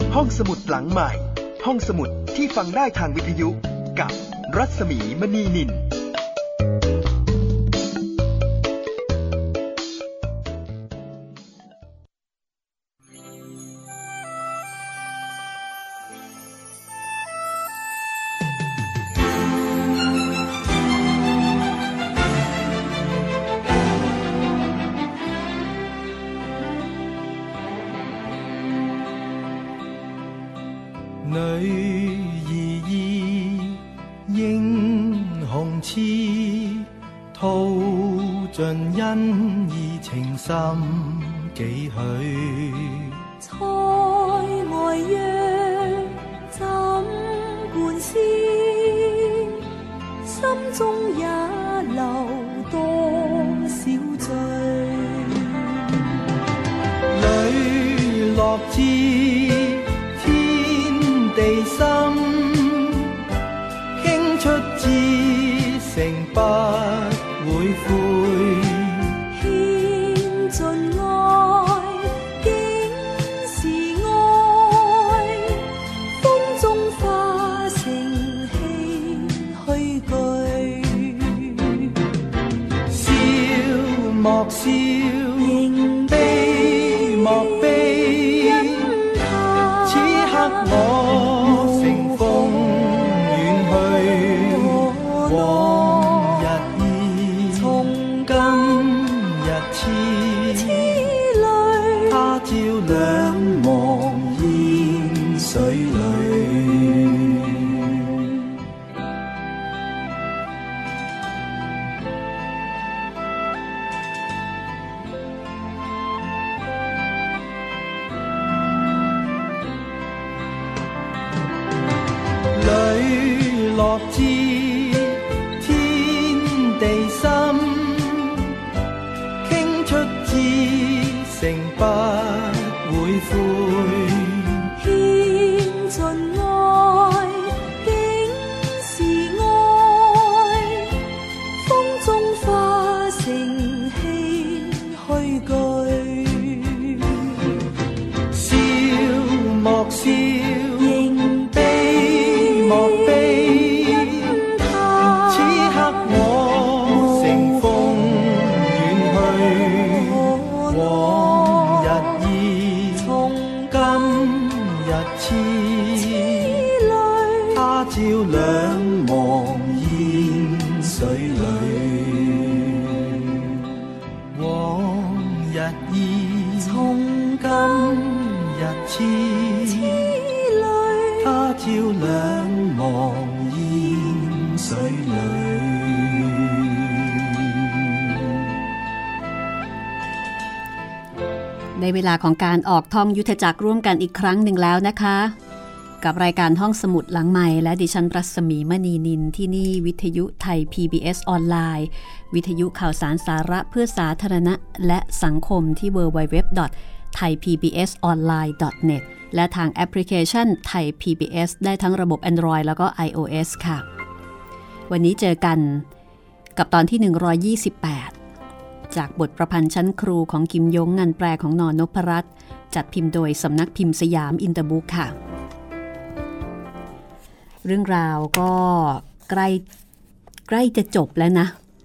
ห้องสมุดหลังใหม่ห้องสมุดที่ฟังได้ทางวิทยุกับรัศมีมณีนินได้เวลาของการออกท่องยุทธจักรร่วมกันอีกครั้งหนึ่งแล้วนะคะกับรายการห้องสมุดหลังใหม่และดิฉันรัศมีมณีนินที่นี่วิทยุไทย PBS ออนไลน์วิทยุข่าวสารสาระเพื่อสาธารณะและสังคมที่ www.thaipbsonline.net และทางแอปพลิเคชัน Thai PBS ได้ทั้งระบบ Android แล้วก็ iOS ค่ะวันนี้เจอกันกับตอนที่128จากบทประพันธ์ชั้นครูของกิมยงงานแปลของน.นพรัตน์จัดพิมพ์โดยสำนักพิมพ์สยามอินเตอร์บุ๊กค่ะเรื่องราวก็ใกล้จะจบแล้วนะ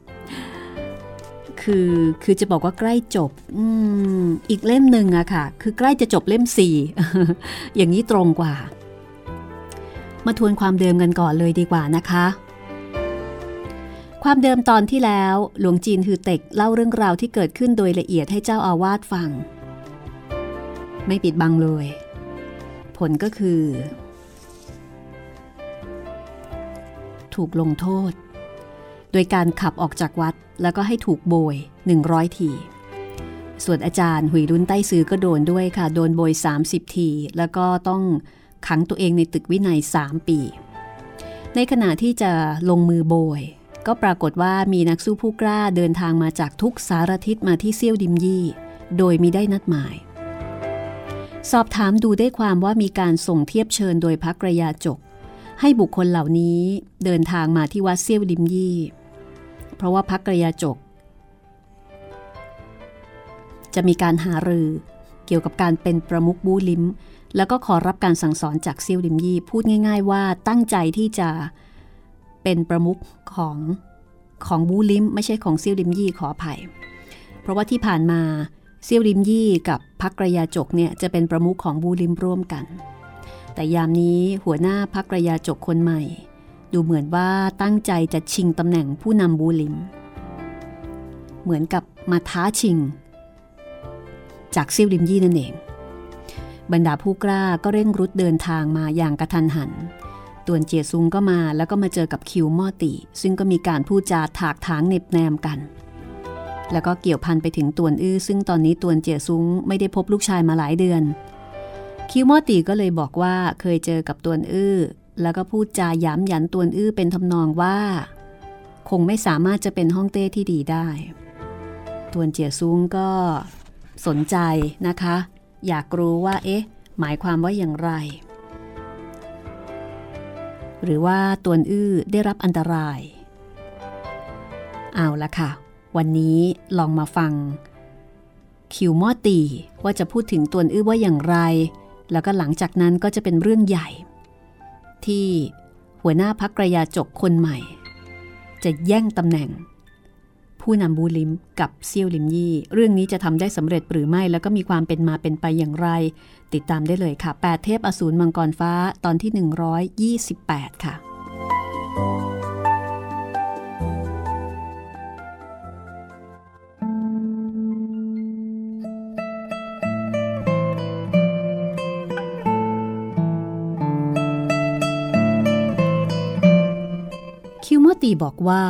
คือจะบอกว่าใกล้จบอีกเล่มหนึ่งอะค่ะคือใกล้จะจบเล่ม4 อย่างนี้ตรงกว่ามาทวนความเดิมกันก่อนเลยดีกว่านะคะความเดิมตอนที่แล้วหลวงจีนฮือเต็กเล่าเรื่องราวที่เกิดขึ้นโดยละเอียดให้เจ้าอาวาสฟังไม่ปิดบังเลยผลก็คือถูกลงโทษโดยการขับออกจากวัดแล้วก็ให้ถูกโบย100 ทีส่วนอาจารย์หุยลุ้นใต้ซื้อก็โดนด้วยค่ะโดนโบย30 ทีแล้วก็ต้องขังตัวเองในตึกวินัย3 ปีในขณะที่จะลงมือโบยก็ปรากฏว่ามีนักสู้ผู้กล้าเดินทางมาจากทุกสารทิศมาที่เซี่ยวดิมยี่โดยมิได้นัดหมายสอบถามดูได้ความว่ามีการส่งเทียบเชิญโดยพระกระยาจกให้บุคคลเหล่านี้เดินทางมาที่วัดเซี่ยวดิมยี่เพราะว่าพระกระยาจกจะมีการหารือเกี่ยวกับการเป็นประมุขบู้ลิ้มแล้วก็ขอรับการสั่งสอนจากเซี่ยวลิมยี่พูดง่ายๆว่าตั้งใจที่จะเป็นประมุขของบูลิมไม่ใช่ของเซี่ยวลิมยี่ขออภัยเพราะว่าที่ผ่านมาเซี่ยวลิมยี่กับพรรคกระยาจกเนี่ยจะเป็นประมุขของบูลิมร่วมกันแต่ยามนี้หัวหน้าพรรคกระยาจกคนใหม่ดูเหมือนว่าตั้งใจจะชิงตำแหน่งผู้นำบูลิมเหมือนกับมาท้าชิงจากเซี่ยวลิมยี่นั่นเองบรรดาผู้กล้าก็เร่งรุดเดินทางมาอย่างกระทันหันตวนเจียซุงก็มาแล้วก็มาเจอกับคิวม่อตีซึ่งก็มีการพูดจาถากถางเน็บแนมกันแล้วก็เกี่ยวพันไปถึงตวนอื้อซึ่งตอนนี้ตวนเจียซุงไม่ได้พบลูกชายมาหลายเดือนคิวม่อตีก็เลยบอกว่าเคยเจอกับตวนอื้อแล้วก็พูดจาย้ำยันตวนอื้อเป็นทำนองว่าคงไม่สามารถจะเป็นฮ่องเต้ที่ดีได้ตวนเจียซุงก็สนใจนะคะอยากรู้ว่าหมายความว่าอย่างไรหรือว่าตวนอื้อได้รับอันตรายเอาละค่ะวันนี้ลองมาฟังคิวม่อตีว่าจะพูดถึงตวนอื้อว่าอย่างไรแล้วก็หลังจากนั้นก็จะเป็นเรื่องใหญ่ที่หัวหน้าพรรคกระยาจกคนใหม่จะแย่งตำแหน่งผู้นำบูลิมกับเซี่ยวลิมยี่เรื่องนี้จะทำได้สำเร็จหรือไม่แล้วก็มีความเป็นมาเป็นไปอย่างไรติดตามได้เลยค่ะ8เทพอสูรมังกรฟ้าตอนที่128ค่ะคิวม่อตีบอกว่า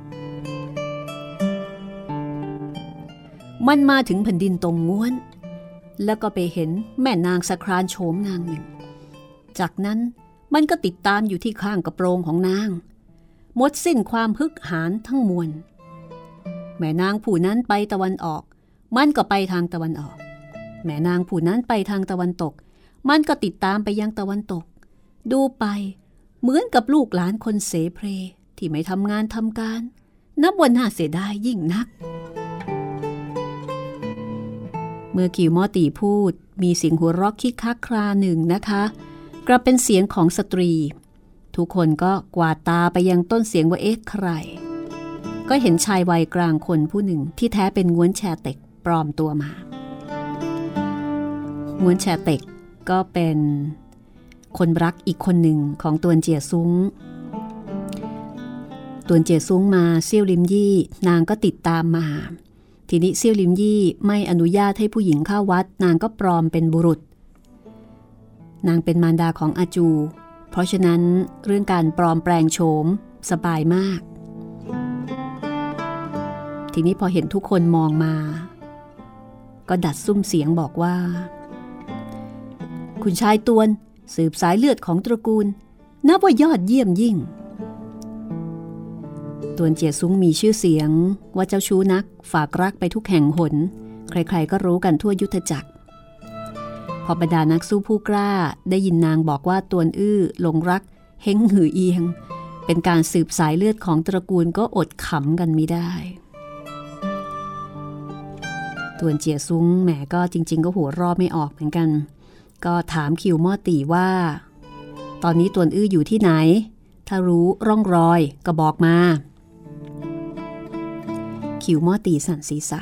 มันมาถึงแผ่นดินตรงง้วนแล้วก็ไปเห็นแม่นางสะครานโฉมนางหนึ่งจากนั้นมันก็ติดตามอยู่ที่ข้างกระโปรงของนางหมดสิ้นความฮึกหาญทั้งมวลแม่นางผู้นั้นไปตะวันออกมันก็ไปทางตะวันออกแม่นางผู้นั้นไปทางตะวันตกมันก็ติดตามไปยังตะวันตกดูไปเหมือนกับลูกหลานคนเสเพลที่ไม่ทำงานทำการนับว่าน่าเสียดายยิ่งนักเมื่อคิวม่อตีพูดมีเสียงหัวเราะคิกคักคราหนึ่งนะคะกลับเป็นเสียงของสตรีทุกคนก็กวาดตาไปยังต้นเสียงว่าใครก็เห็นชายวัยกลางคนผู้หนึ่งที่แท้เป็นง้วนแชเต็กปลอมตัวมาง้วนแชเต็กก็เป็นคนรักอีกคนหนึ่งของตวนเจียซุ้งตวนเจียซุ้งมาเซี่ยวลิมยี่นางก็ติดตามมาทีนี้เซี่ยวลิมยี่ไม่อนุญาตให้ผู้หญิงเข้าวัดนางก็ปลอมเป็นบุรุษนางเป็นมารดาของอาจูเพราะฉะนั้นเรื่องการปลอมแปลงโฉมสบายมากทีนี้พอเห็นทุกคนมองมาก็ดัดซุ้มเสียงบอกว่าคุณชายตวนสืบสายเลือดของตระกูลนับว่ายอดเยี่ยมยิ่งตวนเจียซุ้งมีชื่อเสียงว่าเจ้าชู้นักฝากรักไปทุกแห่งหนใครๆก็รู้กันทั่วยุทธจักรพอบรรดานักสู้ผู้กล้าได้ยินนางบอกว่าตวนอื้อหลงรักเฮงหือเอียงเป็นการสืบสายเลือดของตระกูลก็อดขำกันไม่ได้ตวนเจียซุ้งแหมก็จริงๆก็หัวรอบไม่ออกเหมือนกันก็ถามคิวม่อตีว่าตอนนี้ตวนอื้ออยู่ที่ไหนถ้ารู้ร่องรอยก็บอกมาคิวม่อตีสั่นศีรษะ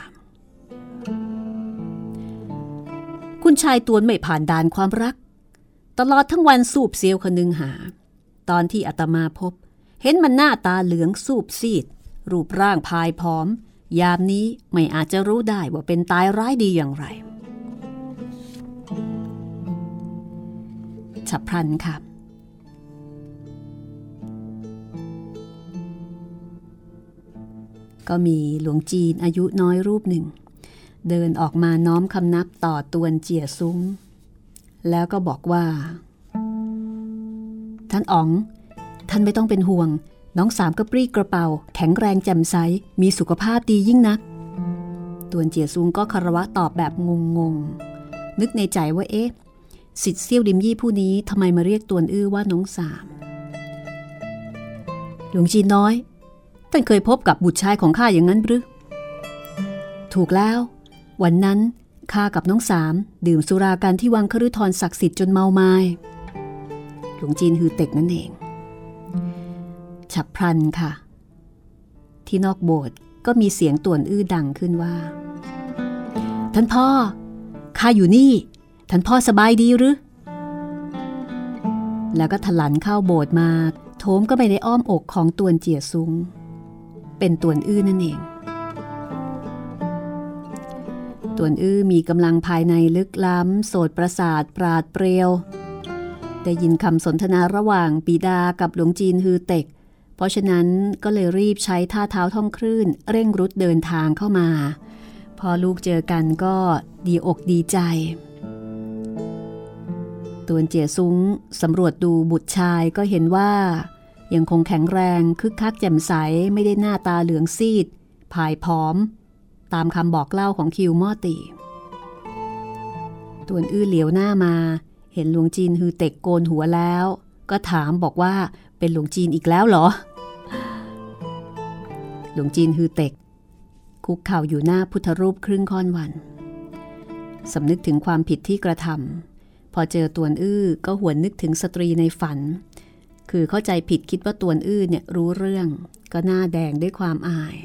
คุณชายตวนไม่ผ่านด่านความรักตลอดทั้งวันสูบเซียวคนึงหาตอนที่อาตมาพบเห็นมันหน้าตาเหลืองสูบซีดรูปร่างพายผอมยามนี้ไม่อาจจะรู้ได้ว่าเป็นตายร้ายดีอย่างไรฉับพลันค่ะก็มีหลวงจีนอายุน้อยรูปหนึ่งเดินออกมาน้อมคำนับต่อตวนเจียซุ้งแล้วก็บอกว่าท่านอ๋องท่านไม่ต้องเป็นห่วงน้องสามกระปรี้กระเป๋าแข็งแรงแจ่มใสมีสุขภาพดียิ่งนักตวนเจียซุ้งก็คารวะตอบแบบงงๆนึกในใจว่าสิทธิ์เซี่ยวลิมยี่ผู้นี้ทำไมมาเรียกตวนอื้อว่าน้องสามหลวงจีนน้อยท่านเคยพบกับบุตรชายของข้าอย่างนั้นหรือถูกแล้ววันนั้นข้ากับน้องสามดื่มสุรากันที่วังคฤธรศักดิ์สิทธิ์จนเมาไม้หลวงจีนฮือเต็กนั่นเองฉับพลันค่ะที่นอกโบสถ์ก็มีเสียงต่วนอื้อดังขึ้นว่าท่านพ่อข้าอยู่นี่ท่านพ่อสบายดีหรือแล้วก็ถลันเข้าโบสถ์มาโถมก็ไปในอ้อมอกของต่วนเจี๋ยซุงเป็นต่วนอื้อนั่นเองต่วนอื้อมีกำลังภายในลึกล้ำโสตประสาทปราดเปรียวได้ยินคำสนทนาระหว่างปิดากับหลวงจีนฮือเต็กเพราะฉะนั้นก็เลยรีบใช้ท่าเท้าท่องคลื่นเร่งรุดเดินทางเข้ามาพอลูกเจอกันก็ดีอกดีใจต่วนเจี๋ยซุงสำรวจดูบุตรชายก็เห็นว่ายังคงแข็งแรงคึกคักแจ่มใสไม่ได้หน้าตาเหลืองซีดผายผอมตามคำบอกเล่าของคิวม่อตีต่วนอื้อเหลียวหน้ามาเห็นหลวงจีนฮือเต็กโกนหัวแล้วก็ถามบอกว่าเป็นหลวงจีนอีกแล้วเหรอหลวงจีนฮือเต็กคุกเข่าอยู่หน้าพุทธรูปครึ่งค่อนวันสำนึกถึงความผิดที่กระทำพอเจอต่วนอื้อก็หวนนึกถึงสตรีในฝันคือเข้าใจผิดคิดว่าต่วนอื้อเนี่ยรู้เรื่องก็หน้าแดงด้วยความอาย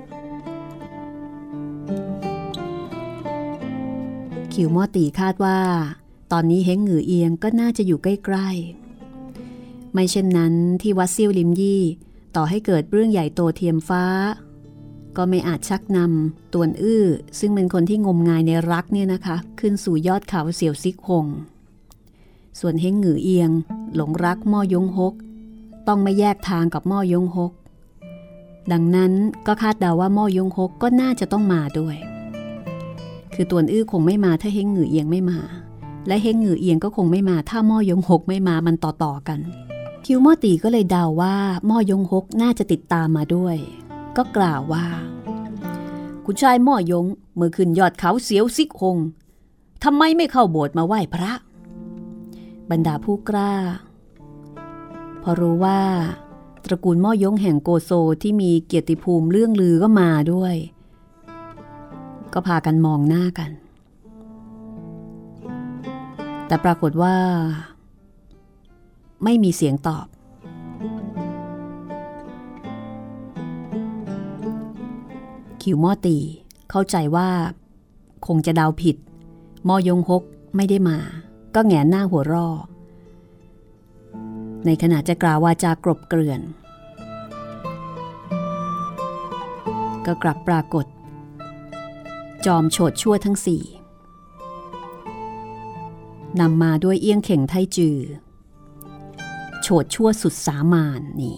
คิวม่อตีคาดว่าตอนนี้เฮงหงือเอียงก็น่าจะอยู่ใกล้ๆไม่เช่นนั้นที่วัดเซี่ยวลิมยี่ต่อให้เกิดเรื่องใหญ่โตเทียมฟ้าก็ไม่อาจชักนำต่วนอื้อซึ่งเป็นคนที่งมงายในรักเนี่ยนะคะขึ้นสู่ยอดเขาเสี่ยวซิกหงส่วนเฮงหงือเอียงหลงรักม่อยงฮกต้องไม่แยกทางกับม่อยงฮกดังนั้นก็คาดเดาว่าม่อยงฮกก็น่าจะต้องมาด้วยคือต่วนอื้อคงไม่มาถ้าเฮงหงือเอียงไม่มาและเฮงหงือเอียงก็คงไม่มาถ้าม่อยงฮกไม่มามันต่อกันคิวม่อตีก็เลยเดาว่าม่อยงฮกน่าจะติดตามมาด้วยก็กล่าวว่าคุณชายม่อยงเมื่อขึ้นยอดเขาเสียวซิกหงทำไมไม่เข้าโบสถ์มาไหว้พระบรรดาผู้กล้าพอรู้ว่าตระกูลม่อยงแห่งโกโซที่มีเกียรติภูมิเรื่องลือก็มาด้วยก็พากันมองหน้ากันแต่ปรากฏว่าไม่มีเสียงตอบคิวม่อตีเข้าใจว่าคงจะเดาผิดม่อยงฮกไม่ได้มาก็แหงนหน้าหัวร่อในขณะจะกล่าววาจากรบเกลื่อนก็กลับปรากฏจอมโฉดชั่วทั้งสี่นำมาด้วยเอี้ยงเข่งไทจือโฉดชั่วสุดสามานนี่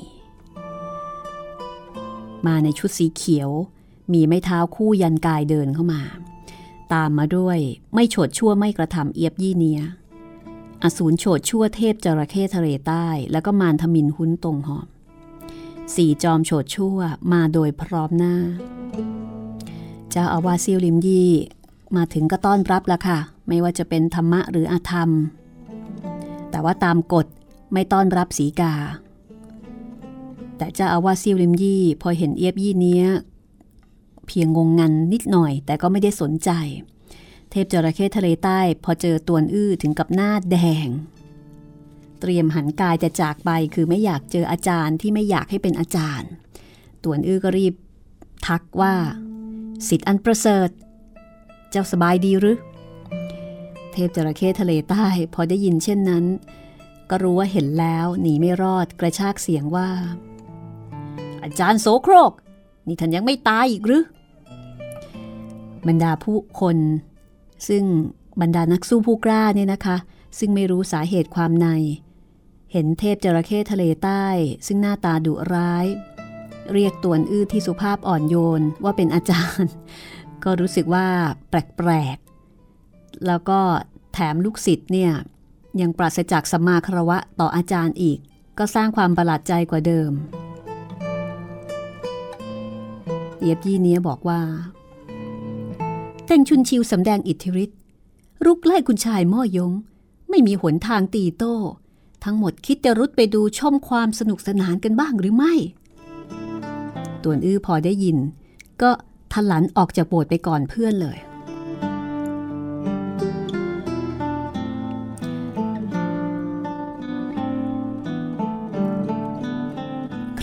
มาในชุดสีเขียวมีไม้เท้าคู่ยันกายเดินเข้ามาตามมาด้วยไม่โฉดชั่วไม่กระทำเอียบยี่เนียอสูรโฉดชั่วเทพจระเข้ทะเลใต้แล้วก็มารทมินหุ้นตรงหอมสี่จอมโฉดชั่วมาโดยพร้อมหน้าเจ้าอาวาสเซี่ยวลิมยี่มาถึงก็ต้อนรับแล้วค่ะไม่ว่าจะเป็นธรรมะหรืออธรรมแต่ว่าตามกฎไม่ต้อนรับสีกาแต่เจ้าอาวาสเซี่ยวลิมยี่พอเห็นเอียบยี่เนี้ยเพียงงงงันนิดหน่อยแต่ก็ไม่ได้สนใจเทพจระเข้ทะเลใต้พอเจอต่วนอื้อถึงกับหน้าแดงเตรียมหันกายจะจากไปคือไม่อยากเจออาจารย์ที่ไม่อยากให้เป็นอาจารย์ต่วนอื้อก็รีบทักว่าศิษย์อันประเสริฐเจ้าสบายดีหรือเทพจระเข้ทะเลใต้พอได้ยินเช่นนั้นก็รู้ว่าเห็นแล้วหนีไม่รอดกระชากเสียงว่าอาจารย์โสโครกนี่ท่านยังไม่ตายอีกหรือบรรดาผู้คนซึ่งบรรดานักสู้ผู้กล้าเนี่ยนะคะซึ่งไม่รู้สาเหตุความในเห็นเทพจระเข้ทะเลใต้ซึ่งหน้าตาดุร้ายเรียกต่วนอื้อที่สุภาพอ่อนโยนว่าเป็นอาจารย์ก็รู้สึกว่าแปลกๆแล้วก็แถมลูกศิษย์เนี่ยยังปราศจากสัมมาคารวะต่ออาจารย์อีกก็สร้างความประหลาดใจกว่าเดิมเอียบยี่เนี้ยบอกว่าเต็งชุนชิวสำแดงอิทธิฤทธิ์รุกไล่คุณชายม่อยงไม่มีหนทางตีโต้ทั้งหมดคิดจะรุดไปดูชมความสนุกสนานกันบ้างหรือไม่ต่วนอื้อพอได้ยินก็ทะลันออกจากโบสถ์ไปก่อนเพื่อนเลย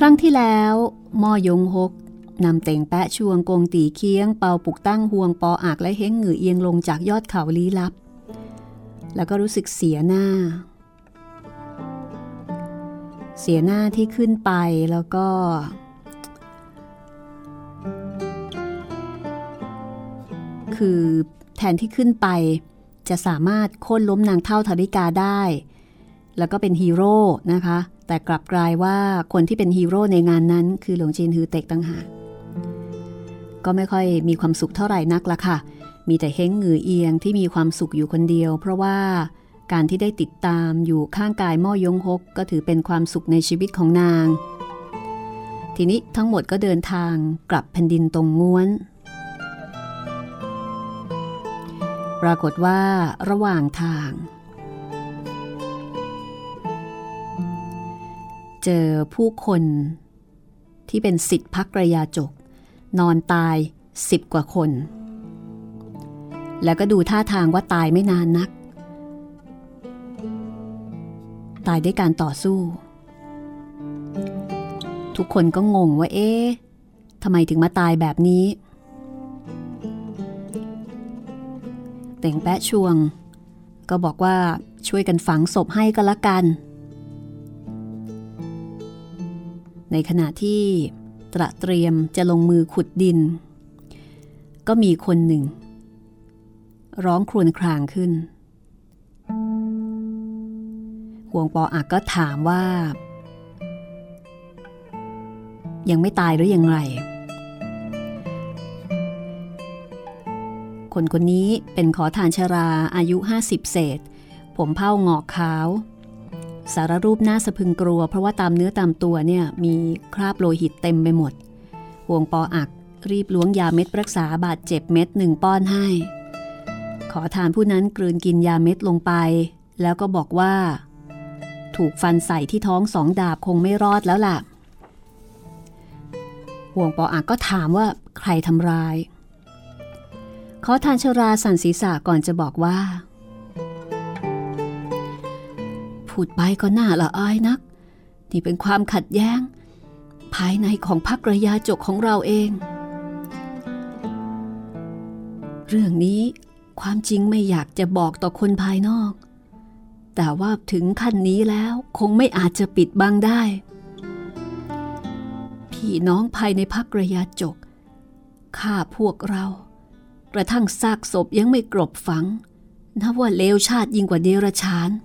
รั้งที่แล้วม่อยงฮกนำเต่งแปะชวงกงตีเคียงเปาปุกตั้งห่วงปออากและเฮ้งหงือเอียงลงจากยอดเขาลี้ลับแล้วก็รู้สึกเสียหน้าที่ขึ้นไปแล้วก็คือแทนที่ขึ้นไปจะสามารถโค่นล้มนางเฒ่าธาริกาได้แล้วก็เป็นฮีโร่นะคะแต่กลับกลายว่าคนที่เป็นฮีโร่ในงานนั้นคือหลวงจีนฮือเต็กต่างหากก็ไม่ค่อยมีความสุขเท่าไหร่นักละค่ะมีแต่เฮ้งหงือเอียงที่มีความสุขอยู่คนเดียวเพราะว่าการที่ได้ติดตามอยู่ข้างกายม่อยงฮกก็ถือเป็นความสุขในชีวิตของนางทีนี้ทั้งหมดก็เดินทางกลับแผ่นดินตรงง้วนปรากฏว่าระหว่างทางเจอผู้คนที่เป็นศิษย์พักระยาจกนอนตาย10 กว่าคนแล้วก็ดูท่าทางว่าตายไม่นานนักตายด้วยการต่อสู้ทุกคนก็งงว่าเอ๊ะทำไมถึงมาตายแบบนี้เต่งแปะชวงก็บอกว่าช่วยกันฝังศพให้ก็แล้วกันในขณะที่เตรียมจะลงมือขุดดินก็มีคนหนึ่งร้องครวญครางขึ้นห่วงปออักก็ถามว่ายังไม่ตายหรือยังไงคนนี้เป็นขอทานชราอายุ50เศษผมเผ้างอกขาวสารรูปหน้าสะพึงกลัวเพราะว่าตามเนื้อตามตัวเนี่ยมีคราบโลหิตเต็มไปหมดห่วงปออักรีบล้วงยาเม็ดรักษาบาดเจ็บเม็ด1 ป้อนให้ขอทานผู้นั้นกลืนกินยาเม็ดลงไปแล้วก็บอกว่าถูกฟันใส่ที่ท้อง2 ดาบคงไม่รอดแล้วล่ะห่วงปออักก็ถามว่าใครทำร้ายขอทานชราสั่นศีรษะก่อนจะบอกว่าพูดไปก็น่าละอายนักนี่เป็นความขัดแย้งภายในของพรรคระยาจกของเราเองเรื่องนี้ความจริงไม่อยากจะบอกต่อคนภายนอกแต่ว่าถึงขั้นนี้แล้วคงไม่อาจจะปิดบังได้พี่น้องภายในพรรคระยาจกฆ่าพวกเรากระทั่งซากศพยังไม่กลบฝังนับว่าเลวชาติยิ่งกว่าเดรัจฉาน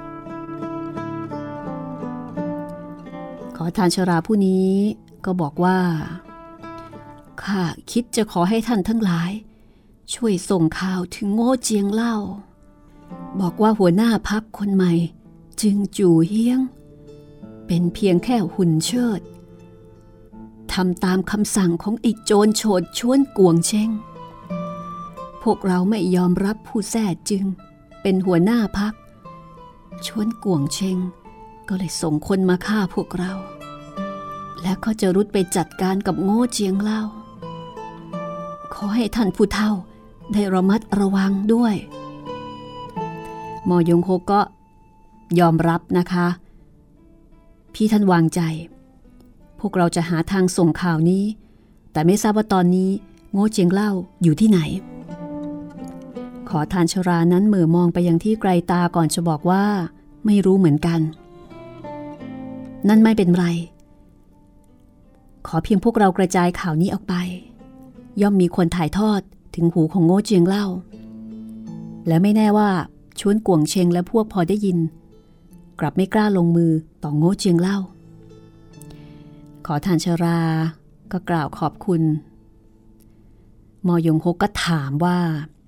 ขอทานชราผู้นี้ก็บอกว่าข้าคิดจะขอให้ท่านทั้งหลายช่วยส่งข่าวถึงโง่เจียงเล่าบอกว่าหัวหน้าพรรคคนใหม่จึงจู่เฮียงเป็นเพียงแค่หุ่นเชิดทำตามคำสั่งของไอ้โจรโฉดชวนกวงเชงพวกเราไม่ยอมรับผู้แท้จึงเป็นหัวหน้าพรรคชวนกวงเชงก็เลยส่งคนมาฆ่าพวกเราและก็จะรุดไปจัดการกับโง่เจียงเล่าขอให้ท่านผู้เฒ่าได้ระมัดระวังด้วยมอยงโฮก็ยอมรับนะคะพี่ท่านวางใจพวกเราจะหาทางส่งข่าวนี้แต่ไม่ทราบว่าตอนนี้โง่เจียงเล่าอยู่ที่ไหนขอทานชรานั้นเหม่อมองไปยังที่ไกลตาก่อนจะบอกว่าไม่รู้เหมือนกันนั่นไม่เป็นไรขอเพียงพวกเรากระจายข่าวนี้ออกไปย่อมมีคนถ่ายทอดถึงหูของโง่เจียงเล่าและไม่แน่ว่าชวนกวงเชงและพวกพอได้ยินกลับไม่กล้าลงมือต่อโง่เจียงเล่าขอทานชราก็กล่าวขอบคุณมอยงฮกก็ถามว่า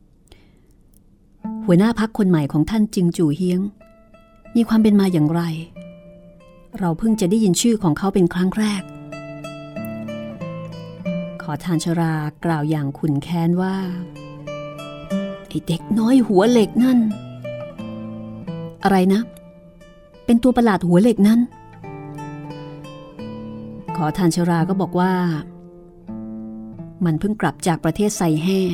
หัวหน้าพรรคคนใหม่ของท่านจิงจู่เฮียงมีความเป็นมาอย่างไรเราเพิ่งจะได้ยินชื่อของเขาเป็นครั้งแรกขอทานชรากล่าวอย่างขุ่นแค้นว่าไอ้เด็กน้อยหัวเหล็กนั่นอะไรนะเป็นตัวประหลาดหัวเหล็กนั้นขอทานชราก็บอกว่ามันเพิ่งกลับจากประเทศไซแห่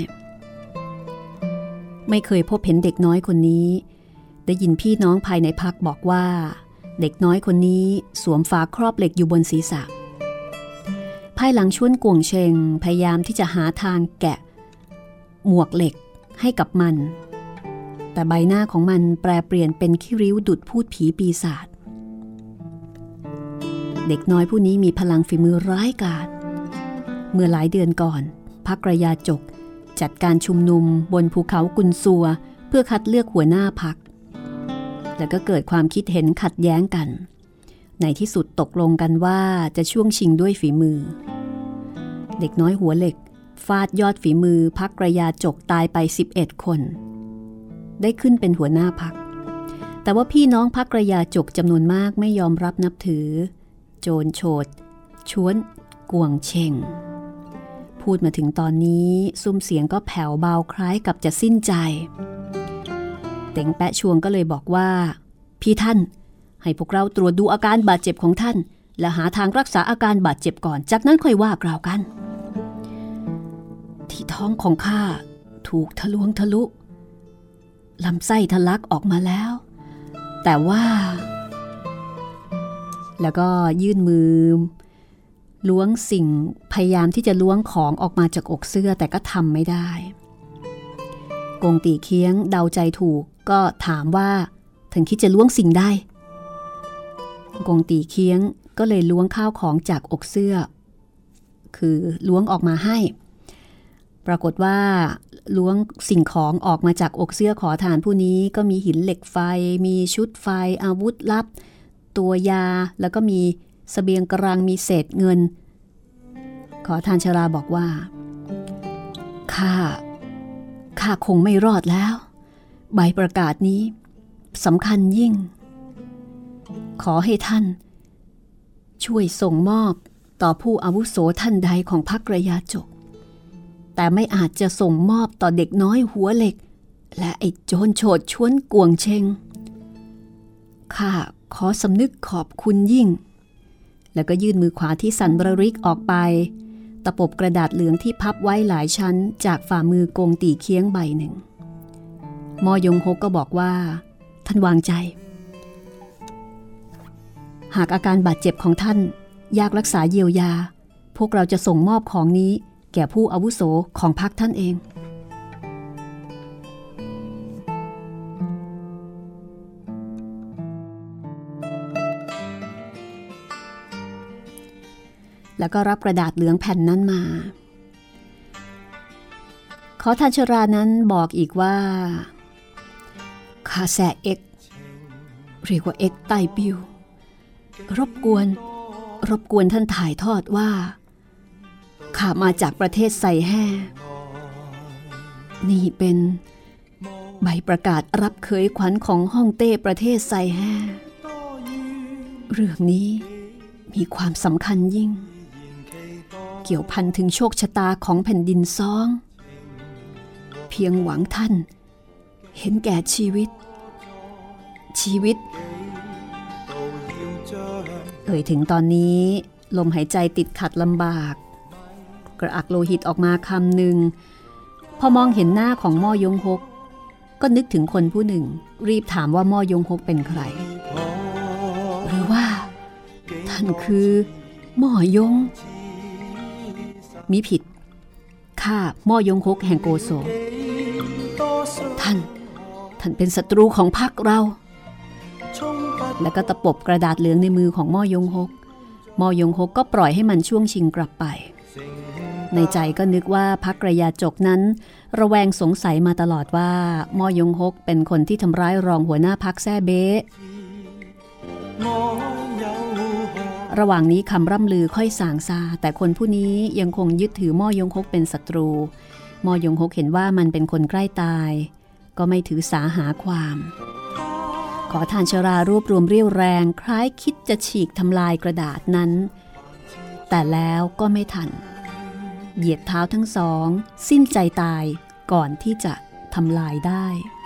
ไม่เคยพบเห็นเด็กน้อยคนนี้ได้ยินพี่น้องภายในพรรคบอกว่าเด็กน้อยคนนี้สวมฝาครอบเหล็กอยู่บนศีรษะภายหลังชวนกวงเชงพยายามที่จะหาทางแกะหมวกเหล็กให้กับมันแต่ใบหน้าของมันแปรเปลี่ยนเป็นขี้ริ้วดุจพูดผีปีศาจเด็กน้อยผู้นี้มีพลังฝีมือร้ายกาจเมื่อหลายเดือนก่อนพรรคกระยาจกจัดการชุมนุมบนภูเขากุนซัวเพื่อคัดเลือกหัวหน้าพรรคแล้วก็เกิดความคิดเห็นขัดแย้งกันในที่สุดตกลงกันว่าจะช่วงชิงด้วยฝีมือเด็กน้อยหัวเหล็กฟาดยอดฝีมือพรรคกระยาจกตายไป11คนได้ขึ้นเป็นหัวหน้าพรรคแต่ว่าพี่น้องพรรคกระยาจกจำนวนมากไม่ยอมรับนับถือโจรโฉดชวนกวงเชงพูดมาถึงตอนนี้ซุ้มเสียงก็แผ่วเบาคล้ายกับจะสิ้นใจเต็งแปะชวงก็เลยบอกว่าพี่ท่านให้พวกเราตรวจดูอาการบาดเจ็บของท่านและหาทางรักษาอาการบาดเจ็บก่อนจากนั้นค่อยว่ากล่าวกันที่ท้องของข้าถูกทะลวงทะลุลำไส้ทะลักออกมาแล้วแต่ว่าแล้วก็ยื่นมือล้วงสิ่งพยายามที่จะล้วงของออกมาจากอกเสื้อแต่ก็ทำไม่ได้กงตีเคียงเดาใจถูกก็ถามว่าท่านคิดจะล้วงสิ่งใดกงตีเคียงก็เลยล้วงข้าวของจากอกเสื้อคือล้วงออกมาให้ปรากฏว่าล้วงสิ่งของออกมาจากอกเสื้อขอทานผู้นี้ก็มีหินเหล็กไฟมีชุดไฟอาวุธลับตัวยาแล้วก็มีเสบียงกลางมีเศษเงินขอทานชราบอกว่าข้าคงไม่รอดแล้วใบประกาศนี้สำคัญยิ่งขอให้ท่านช่วยส่งมอบต่อผู้อาวุโสท่านใดของพรรคกระยาจกแต่ไม่อาจจะส่งมอบต่อเด็กน้อยหัวเหล็กและไอ้โจรโฉดชวนกวงเชงข้าขอสำนึกขอบคุณยิ่งแล้วก็ยื่นมือขวาที่สั่นระริกออกไปตะปบกระดาษเหลืองที่พับไว้หลายชั้นจากฝ่ามือกงตีเคียงใบหนึ่งมอยงฮกก็บอกว่าท่านวางใจหากอาการบาดเจ็บของท่านยากรักษาเยียวยาพวกเราจะส่งมอบของนี้แก่ผู้อาวุโสของพรรคท่านเองแล้วก็รับกระดาษเหลืองแผ่นนั้นมาขอทานชรานั้นบอกอีกว่าข้าแสเอ็กเรียกว่าเอ็กไต้ปิวรบกวนท่านถ่ายทอดว่าข้ามาจากประเทศไซแห่นี่เป็นใบประกาศรับเขยขวัญของฮ่องเต้ประเทศไซแห่เรื่องนี้มีความสำคัญยิ่งเกี่ยวพันถึงโชคชะตาของแผ่นดินซ้องเพียงหวังท่านเห็นแก่ชีวิตถึงตอนนี้ลมหายใจติดขัดลำบากกระอักโลหิตออกมาคำหนึ่งพอมองเห็นหน้าของม่อยงฮกก็นึกถึงคนผู้หนึ่งรีบถามว่าม่อยงฮกเป็นใครหรือว่าท่านคือม่อยงมิผิดข้าม่อยงฮกแห่งโกโซท่านเป็นศัตรูของพรรคเราแล้วก็ตะปบกระดาษเหลืองในมือของม่อยงฮกก็ปล่อยให้มันช่วงชิงกลับไปในใจก็นึกว่าพรรคกระยาจกนั้นระแวงสงสัยมาตลอดว่าม่อยงฮกเป็นคนที่ทำร้ายรองหัวหน้าพรรคแซ่เบ้ระหว่างนี้คำร่ำลือค่อยส่างซาแต่คนผู้นี้ยังคงยึดถือม่อยงฮกเป็นศัตรูม่อยงฮกเห็นว่ามันเป็นคนใกล้ตายก็ไม่ถือสาหาความขอทานชรารวบรวมเรี่ยวแรงคล้ายคิดจะฉีกทำลายกระดาษนั้นแต่แล้วก็ไม่ทันเหยียดเท้าทั้งสองสิ้นใจตายก่อนที่จะทำลายได้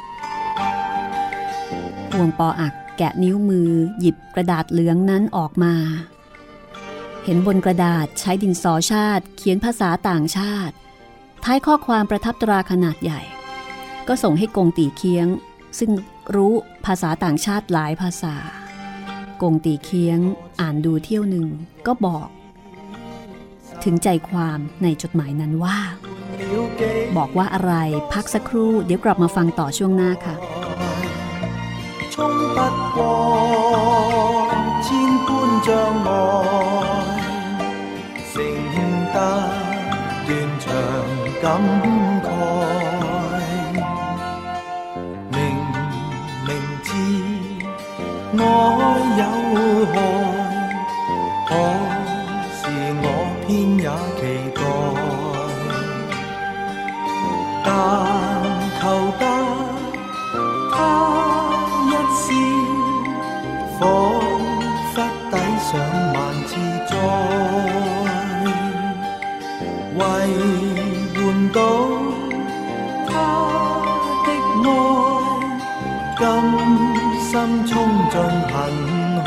พวงปออักแกะนิ้วมือหยิบกระดาษเหลืองนั้นออกมาเห็นบนกระดาษใช้ดินสอชาติเขียนภาษาต่างชาติท้ายข้อความประทับตราขนาดใหญ่ก็ส่งให้กงตีเคียงซึ่งรู้ภาษาต่างชาติหลายภาษากงตีเคียงอ่านดูเที่ยวหนึ่งก็บอกถึงใจความในจดหมายนั้นว่าบอกว่าอะไรพักสักครู่เดี๋ยวกลับมาฟังต่อช่วงหน้าค่ะ衝不過千般障礙，承得斷腸感慨。明明知愛有害，可是我偏也期待，但求得他一笑，彷彿抵上萬次災，為換到他的愛，甘心衝進恨海。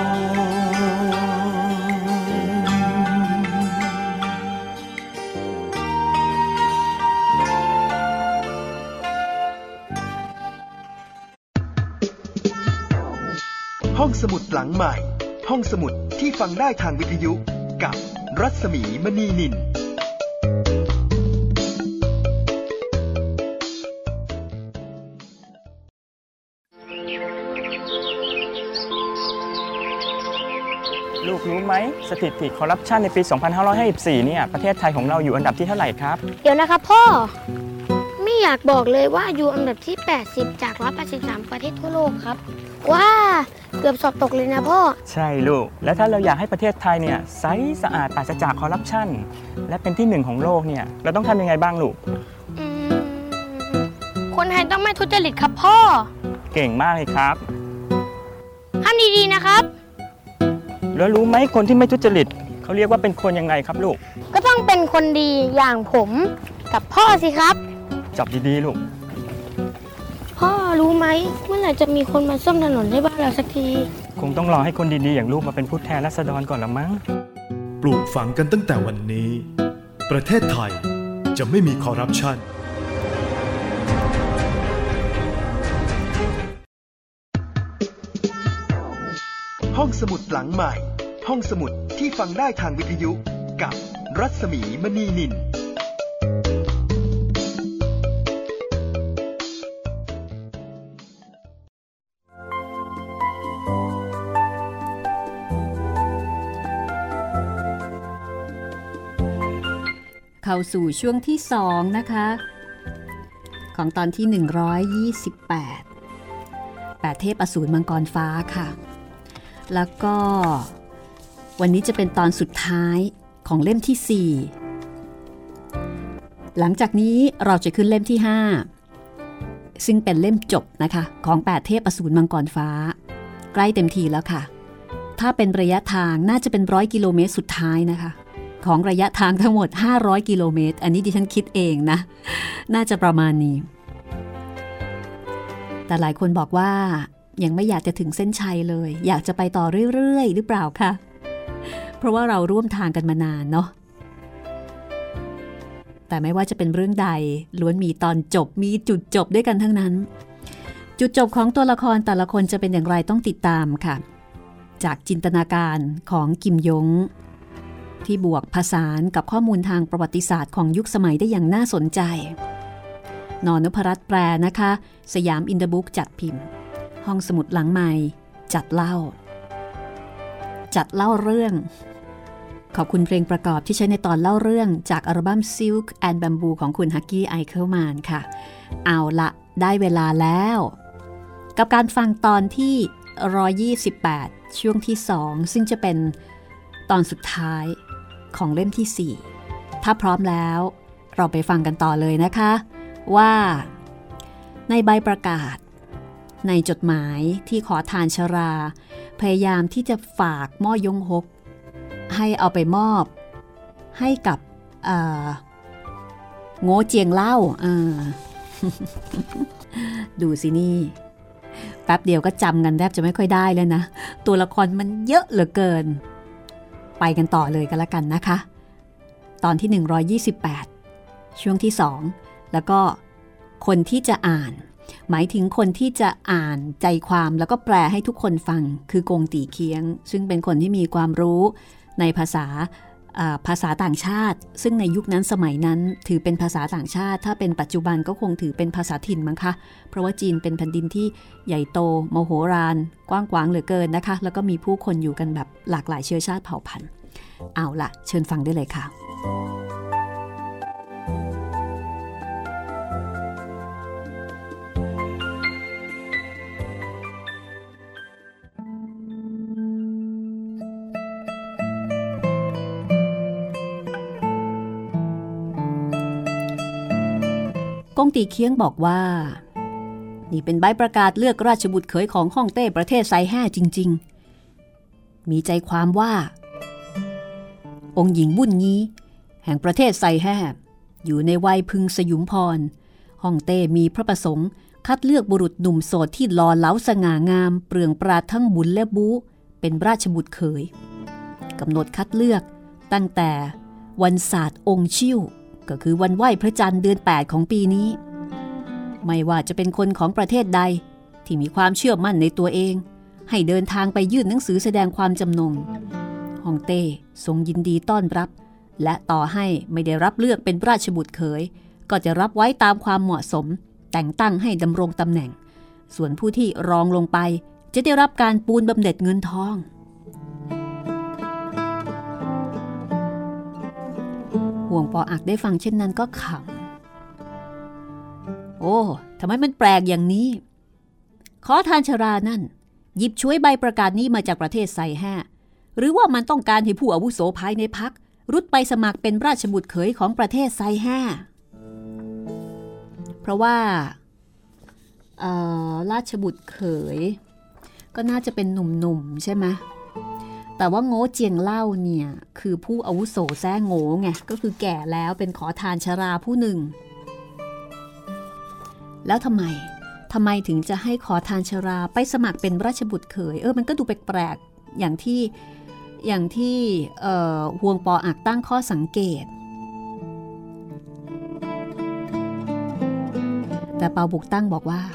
ห้องสมุดหลังใหม่ห้องสมุดที่ฟังได้ทางวิทยุกับรัศมีมณีนินลูกรู้ไหมสถิติคอร์รัปชันในปี 2554 เนี่ยประเทศไทยของเราอยู่อันดับที่เท่าไหร่ครับเดี๋ยวนะครับพ่อไม่อยากบอกเลยว่าอยู่อันดับที่ 80 จาก 183 ประเทศทั่วโลกครับว้าเกือบสอบตกเลยนะพ่อใช่ลูกแล้วถ้าเราอยากให้ประเทศไทยเนี่ยใสสะอาดปราศจากคอร์รัปชันและเป็นที่หนึ่งของโลกเนี่ยเราต้องทำยังไงบ้างลูกคนไทยต้องไม่ทุจริตครับพ่อเก่งมากเลยครับทำดีๆนะครับแล้วรู้ไหมคนที่ไม่ทุจริตเขาเรียกว่าเป็นคนยังไงครับลูกก็ต้องเป็นคนดีอย่างผมกับพ่อสิครับจับดีๆลูกพ่อรู้ไหมเมื่อไหร่จะมีคนมาซ่อมถนนให้บ้านเราสักทีคงต้องรอให้คนดีๆอย่างลูกมาเป็นผู้แทนราษฎรก่อนละมั้งปลูกฝังกันตั้งแต่วันนี้ประเทศไทยจะไม่มีคอร์รัปชันห้องสมุดหลังใหม่ห้องสมุดที่ฟังได้ทางวิทยุกับรัศมีมณีนินเข้าสู่ช่วงที่2นะคะของตอนที่128 8เทพอสูรมังกรฟ้าค่ะแล้วก็วันนี้จะเป็นตอนสุดท้ายของเล่มที่4หลังจากนี้เราจะขึ้นเล่มที่5ซึ่งเป็นเล่มจบนะคะของ8เทพอสูรมังกรฟ้าใกล้เต็มทีแล้วค่ะถ้าเป็นระยะทางน่าจะเป็น100 กิโลเมตรสุดท้ายนะคะของระยะทางทั้งหมด500 กิโลเมตรอันนี้ดิฉันคิดเองนะน่าจะประมาณนี้แต่หลายคนบอกว่ายังไม่อยากจะถึงเส้นชัยเลยอยากจะไปต่อเรื่อยๆหรือเปล่าคะเพราะว่าเราร่วมทางกันมานานเนาะแต่ไม่ว่าจะเป็นเรื่องใดล้วนมีตอนจบมีจุดจบด้วยกันทั้งนั้นจุดจบของตัวละครแต่ละคนจะเป็นอย่างไรต้องติดตามค่ะจากจินตนาการของกิมยงที่บวกผสานกับข้อมูลทางประวัติศาสตร์ของยุคสมัยได้อย่างน่าสนใจนนพรัตน์แปลนะคะสยามอินเดอร์บุ๊กจัดพิมพ์ห้องสมุดหลังใหม่จัดเล่าเรื่องขอบคุณเพลงประกอบที่ใช้ในตอนเล่าเรื่องจากอัลบั้ม Silk and Bamboo ของคุณฮักกี้ไอเคิลแมนค่ะเอาละได้เวลาแล้วกับการฟังตอนที่128ช่วงที่2ซึ่งจะเป็นตอนสุดท้ายของเล่มที่4ถ้าพร้อมแล้วเราไปฟังกันต่อเลยนะคะว่าในใบประกาศในจดหมายที่ขอทานชราพยายามที่จะฝากม่อยงฮกให้เอาไปมอบให้กับโง่เจียงเล่าดูสินี่แป๊บเดียวก็จำกันแทบจะไม่ค่อยได้แล้วนะตัวละครมันเยอะเหลือเกินไปกันต่อเลยกันละกันนะคะตอนที่128ช่วงที่2แล้วก็คนที่จะอ่านหมายถึงคนที่จะอ่านใจความแล้วก็แปลให้ทุกคนฟังคือกงตีเคียงซึ่งเป็นคนที่มีความรู้ในภาษาภาษาต่างชาติซึ่งในยุคนั้นสมัยนั้นถือเป็นภาษาต่างชาติถ้าเป็นปัจจุบันก็คงถือเป็นภาษาถิ่นมั้งคะเพราะว่าจีนเป็นแผ่นดินที่ใหญ่โตมโหฬารกว้างขวางเหลือเกินนะคะแล้วก็มีผู้คนอยู่กันแบบหลากหลายเชื้อชาติเผ่าพันธุ์เอาล่ะเชิญฟังได้เลยค่ะกงตีเคียงบอกว่านี่เป็นใบประกาศเลือกราชบุตรเขยของฮ่องเต้ประเทศไซแห่จริงๆมีใจความว่าองค์หญิงบุญงี้แห่งประเทศไซแห่อยู่ในวัยพึงสยุมพรฮ่องเต้มีพระประสงค์คัดเลือกบุรุษหนุ่มโสดที่หล่อเหลาสง่างามเปลืองปราดทั้งบุญและบู๊เป็นราชบุตรเขยกำหนดคัดเลือกตั้งแต่วันศาสตร์องค์ชิ่วก็คือวันไหว้พระจันทร์เดือน8ของปีนี้ไม่ว่าจะเป็นคนของประเทศใดที่มีความเชื่อมั่นในตัวเองให้เดินทางไปยื่นหนังสือแสดงความจำนงฮ่องเต้ทรงยินดีต้อนรับและต่อให้ไม่ได้รับเลือกเป็นราชบุตรเขยก็จะรับไว้ตามความเหมาะสมแต่งตั้งให้ดำรงตำแหน่งส่วนผู้ที่รองลงไปจะได้รับการปูนบำเหน็จเงินทองห่วงปออักได้ฟังเช่นนั้นก็ขำโอ้ทำไมมันแปลกอย่างนี้ขอทานชรานั่นหยิบช่วยใบประกาศนี้มาจากประเทศไซแห่หรือว่ามันต้องการให้ผู้อาวุโสภายในพรรครุดไปสมัครเป็นราชบุตรเขยของประเทศไซแห่เพราะว่าราชบุตรเขยก็น่าจะเป็นหนุ่มๆใช่ไหมแต่ว่าโง่เจียงเล่าเนี่ยคือผู้อาวุโสแซ่โง่ไงก็คือแก่แล้วเป็นขอทานชราผู้หนึ่งแล้วทำไมถึงจะให้ขอทานชราไปสมัครเป็นราชบุตรเขยมันก็ดูแปลกๆอย่างที่ห่วงปออักตั้งข้อสังเกตแต่เปาบุกตั้งบอกว่า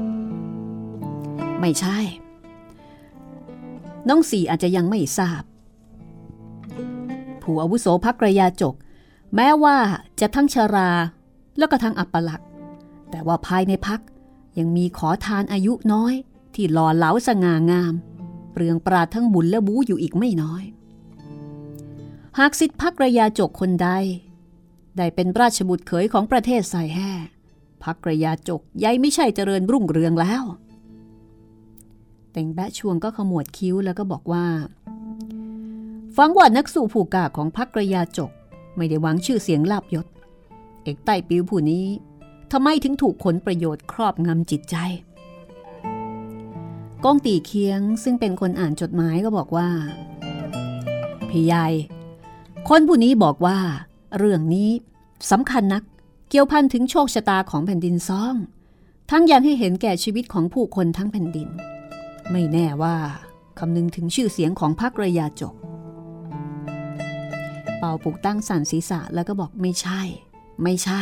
ไม่ใช่น้องสี่อาจจะยังไม่ทราบผู้อาวุโสพรรคกระยาจกแม้ว่าจะทั้งชราแล้วก็ทั้งอัปลักษณ์แต่ว่าภายในพรรคยังมีขอทานอายุน้อยที่หล่อเหลาสง่างามเปลืองปราดทั้งบุญและบู๊อยู่อีกไม่น้อยหากศิษย์พรรคกระยาจกคนใดได้เป็นราชบุตรเขยของประเทศไซแห่พรรคกระยาจกยัยไม่ใช่เจริญรุ่งเรืองแล้วเต็งแบะชวงก็ขมวดคิ้วแล้วก็บอกว่าฟังว่านักสู้ผู้กล้าของพรรคกระยาจกไม่ได้หวังชื่อเสียงลาภยศเอกใต้ปิวผู้นี้ทำไมถึงถูกผลประโยชน์ครอบงำจิตใจก้องตีเคียงซึ่งเป็นคนอ่านจดหมายก็บอกว่าพี่ใหญ่คนผู้นี้บอกว่าเรื่องนี้สำคัญนักเกี่ยวพันถึงโชคชะตาของแผ่นดินซ่องทั้งยังให้เห็นแก่ชีวิตของผู้คนทั้งแผ่นดินไม่แน่ว่าคำนึงถึงชื่อเสียงของพรรคระยาจกเป่าปุกตั้งสั่นศีรษะแล้วก็บอกไม่ใช่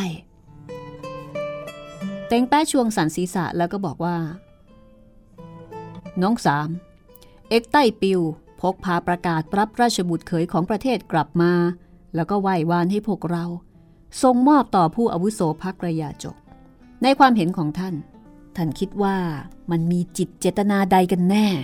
เต็งแป้ชวงสั่นศีรษะแล้วก็บอกว่าน้องสามเอกใต้ปิวพกพาประกาศรับราชบุตรเขยของประเทศกลับมาแล้วก็ไหว้วานให้พวกเราทรงมอบต่อผู้อาวุโสพรรคระยาจกในความเห็นของท่านคิดว่ามันมีจิตเจตนาใดกันแน่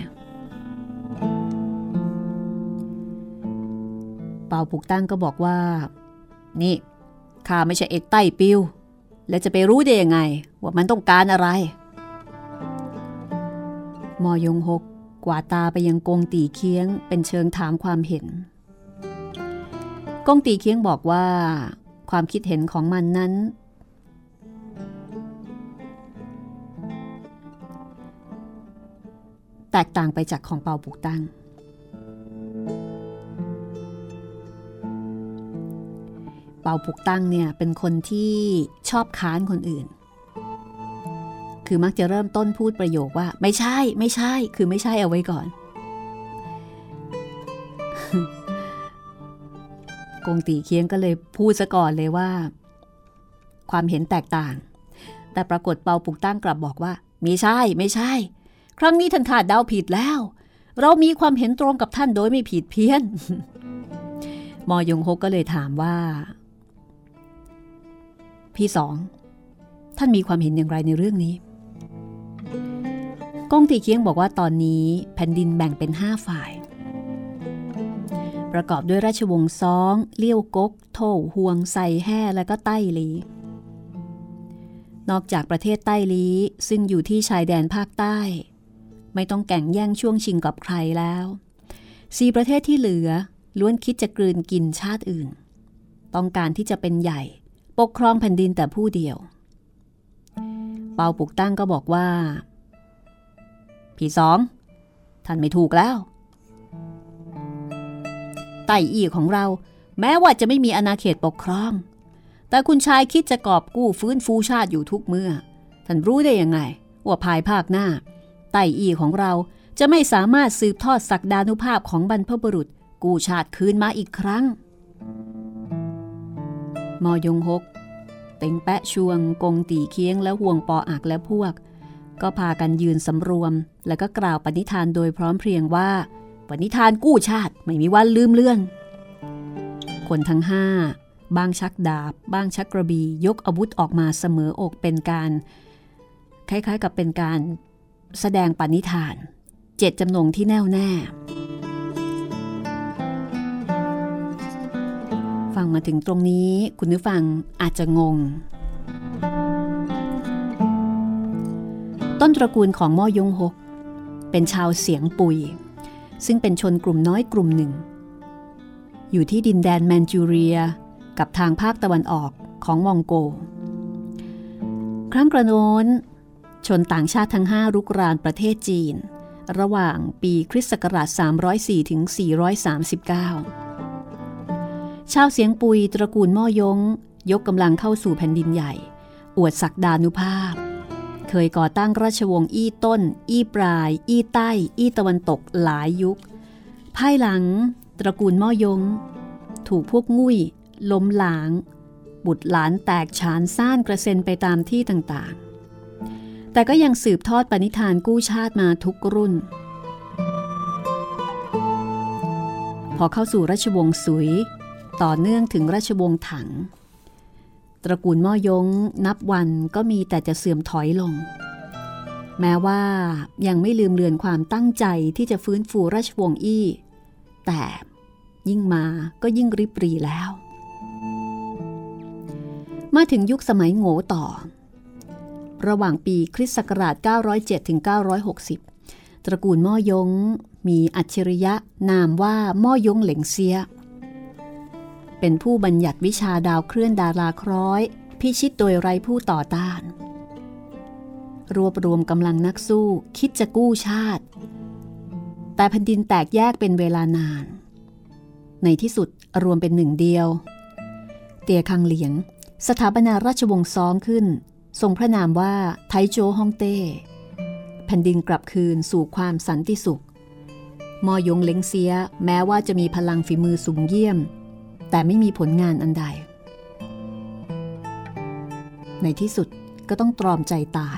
เป่าปุกตั้งก็บอกว่านี่ข้าไม่ใช่เอกใต้ปิวแล้วจะไปรู้ได้ยังไงว่ามันต้องการอะไรมอยงหกกวาดตาไปยังกงตีเคียงเป็นเชิงถามความเห็นกงตีเคียงบอกว่าความคิดเห็นของมันนั้นแตกต่างไปจากของเปาปุกตั้งเปาปุกตั้งเนี่ยเป็นคนที่ชอบค้านคนอื่นคือมักจะเริ่มต้นพูดประโยคว่าไม่ใช่คือไม่ใช่เอาไว้ก่อน กงตีเคียงก็เลยพูดซะก่อนเลยว่าความเห็นแตกต่างแต่ปรากฏเปาปุกตั้งกลับบอกว่าไม่ใช่ครั้งนี้ท่านคาดเดาผิดแล้วเรามีความเห็นตรงกับท่านโดยไม่ผิดเพี้ยนมอยงฮกก็เลยถามว่าพี่สองท่านมีความเห็นอย่างไรในเรื่องนี้ก้งตีเคียงบอกว่าตอนนี้แผ่นดินแบ่งเป็น5ฝ่ายประกอบด้วยราชวงศ์ซ้องเลี้ยวก๊กโถฮวงไซแห่และก็ใต้ลีนอกจากประเทศใต้ลีซึ่งอยู่ที่ชายแดนภาคใต้ไม่ต้องแข่งแย่งช่วงชิงกับใครแล้ว4ประเทศที่เหลือล้วนคิดจะกลืนกินชาติอื่นต้องการที่จะเป็นใหญ่ปกครองแผ่นดินแต่ผู้เดียวเปาปุกตั้งก็บอกว่าพี่สองท่านไม่ถูกแล้วไต้อี้ของเราแม้ว่าจะไม่มีอาณาเขตปกครองแต่คุณชายคิดจะกอบกู้ฟื้นฟูชาติอยู่ทุกเมื่อท่านรู้ได้ยังไงว่าภายภาคหน้าไต้อี้ของเราจะไม่สามารถสืบทอดศักดานุภาพของบรรพบุรุษกู้ชาติคืนมาอีกครั้งมอยงฮกเต็งแปะชวงกงตีเคียงและห่วงปออักและพวกก็พากันยืนสำรวมแล้วก็กล่าวปณิธานโดยพร้อมเพรียงว่าปณิธานกู้ชาติไม่มีวันลืมเลือนคนทั้ง5บ้างชักดาบบ้างชักกระบี่ยกอาวุธออกมาเสมออกเป็นการคล้ายๆกับเป็นการแสดงปณิธานเจตจำนงที่แน่วแน่ฟังมาถึงตรงนี้คุณผู้ฟังอาจจะงงต้นตระกูลของม่อยงฮกเป็นชาวเสียงปุยซึ่งเป็นชนกลุ่มน้อยกลุ่มหนึ่งอยู่ที่ดินแดนแมนจูเรียกับทางภาคตะวันออกของมองโกครั้งกระโน้นชนต่างชาติทั้ง5รุกรานประเทศจีนระหว่างปีคริสต์ศักราช304ถึง439ชาวเสียงปุยตระกูลม่อยงยกกำลังเข้าสู่แผ่นดินใหญ่อวดศักดานุภาพเคยก่อตั้งราชวงศ์อี้ต้นอี้ปลายอี้ใต้อี้ตะวันตกหลายยุคภายหลังตระกูลม่อยงถูกพวกงุ่ยล้มหลางบุตรหลานแตกฉานซ่านกระเซ็นไปตามที่ต่างๆแต่ก็ยังสืบทอดปณิธานกู้ชาติมาทุกรุ่นพอเข้าสู่ราชวงศ์สุยต่อเนื่องถึงราชวงศ์ถังตระกูลม่อยงนับวันก็มีแต่จะเสื่อมถอยลงแม้ว่ายังไม่ลืมเลือนความตั้งใจที่จะฟื้นฟูราชวงศ์อี้แต่ยิ่งมาก็ยิ่งริบหรี่แล้วมาถึงยุคสมัยโง่ต่อระหว่างปีคริสต์ศักราช907ถึง960ตระกูลม่อยงมีอัจฉริยะนามว่าม่อยงเหล็งเซียเป็นผู้บัญญัติวิชาดาวเคลื่อนดาราคล้อยพิชิตโดยไร้ผู้ต่อต้านรวบรวมกำลังนักสู้คิดจะกู้ชาติแต่แผ่นดินแตกแยกเป็นเวลานานในที่สุดรวมเป็นหนึ่งเดียวเตียคังเหลียงสถาปนาราชวงศ์ซ้องขึ้นทรงพระนามว่าไทโจฮ่องเต้แผ่นดินกลับคืนสู่ความสันติสุขม่อยงเหล็งเซียแม้ว่าจะมีพลังฝีมือสูงเยี่ยมแต่ไม่มีผลงานอันใดในที่สุดก็ต้องตรอมใจตาย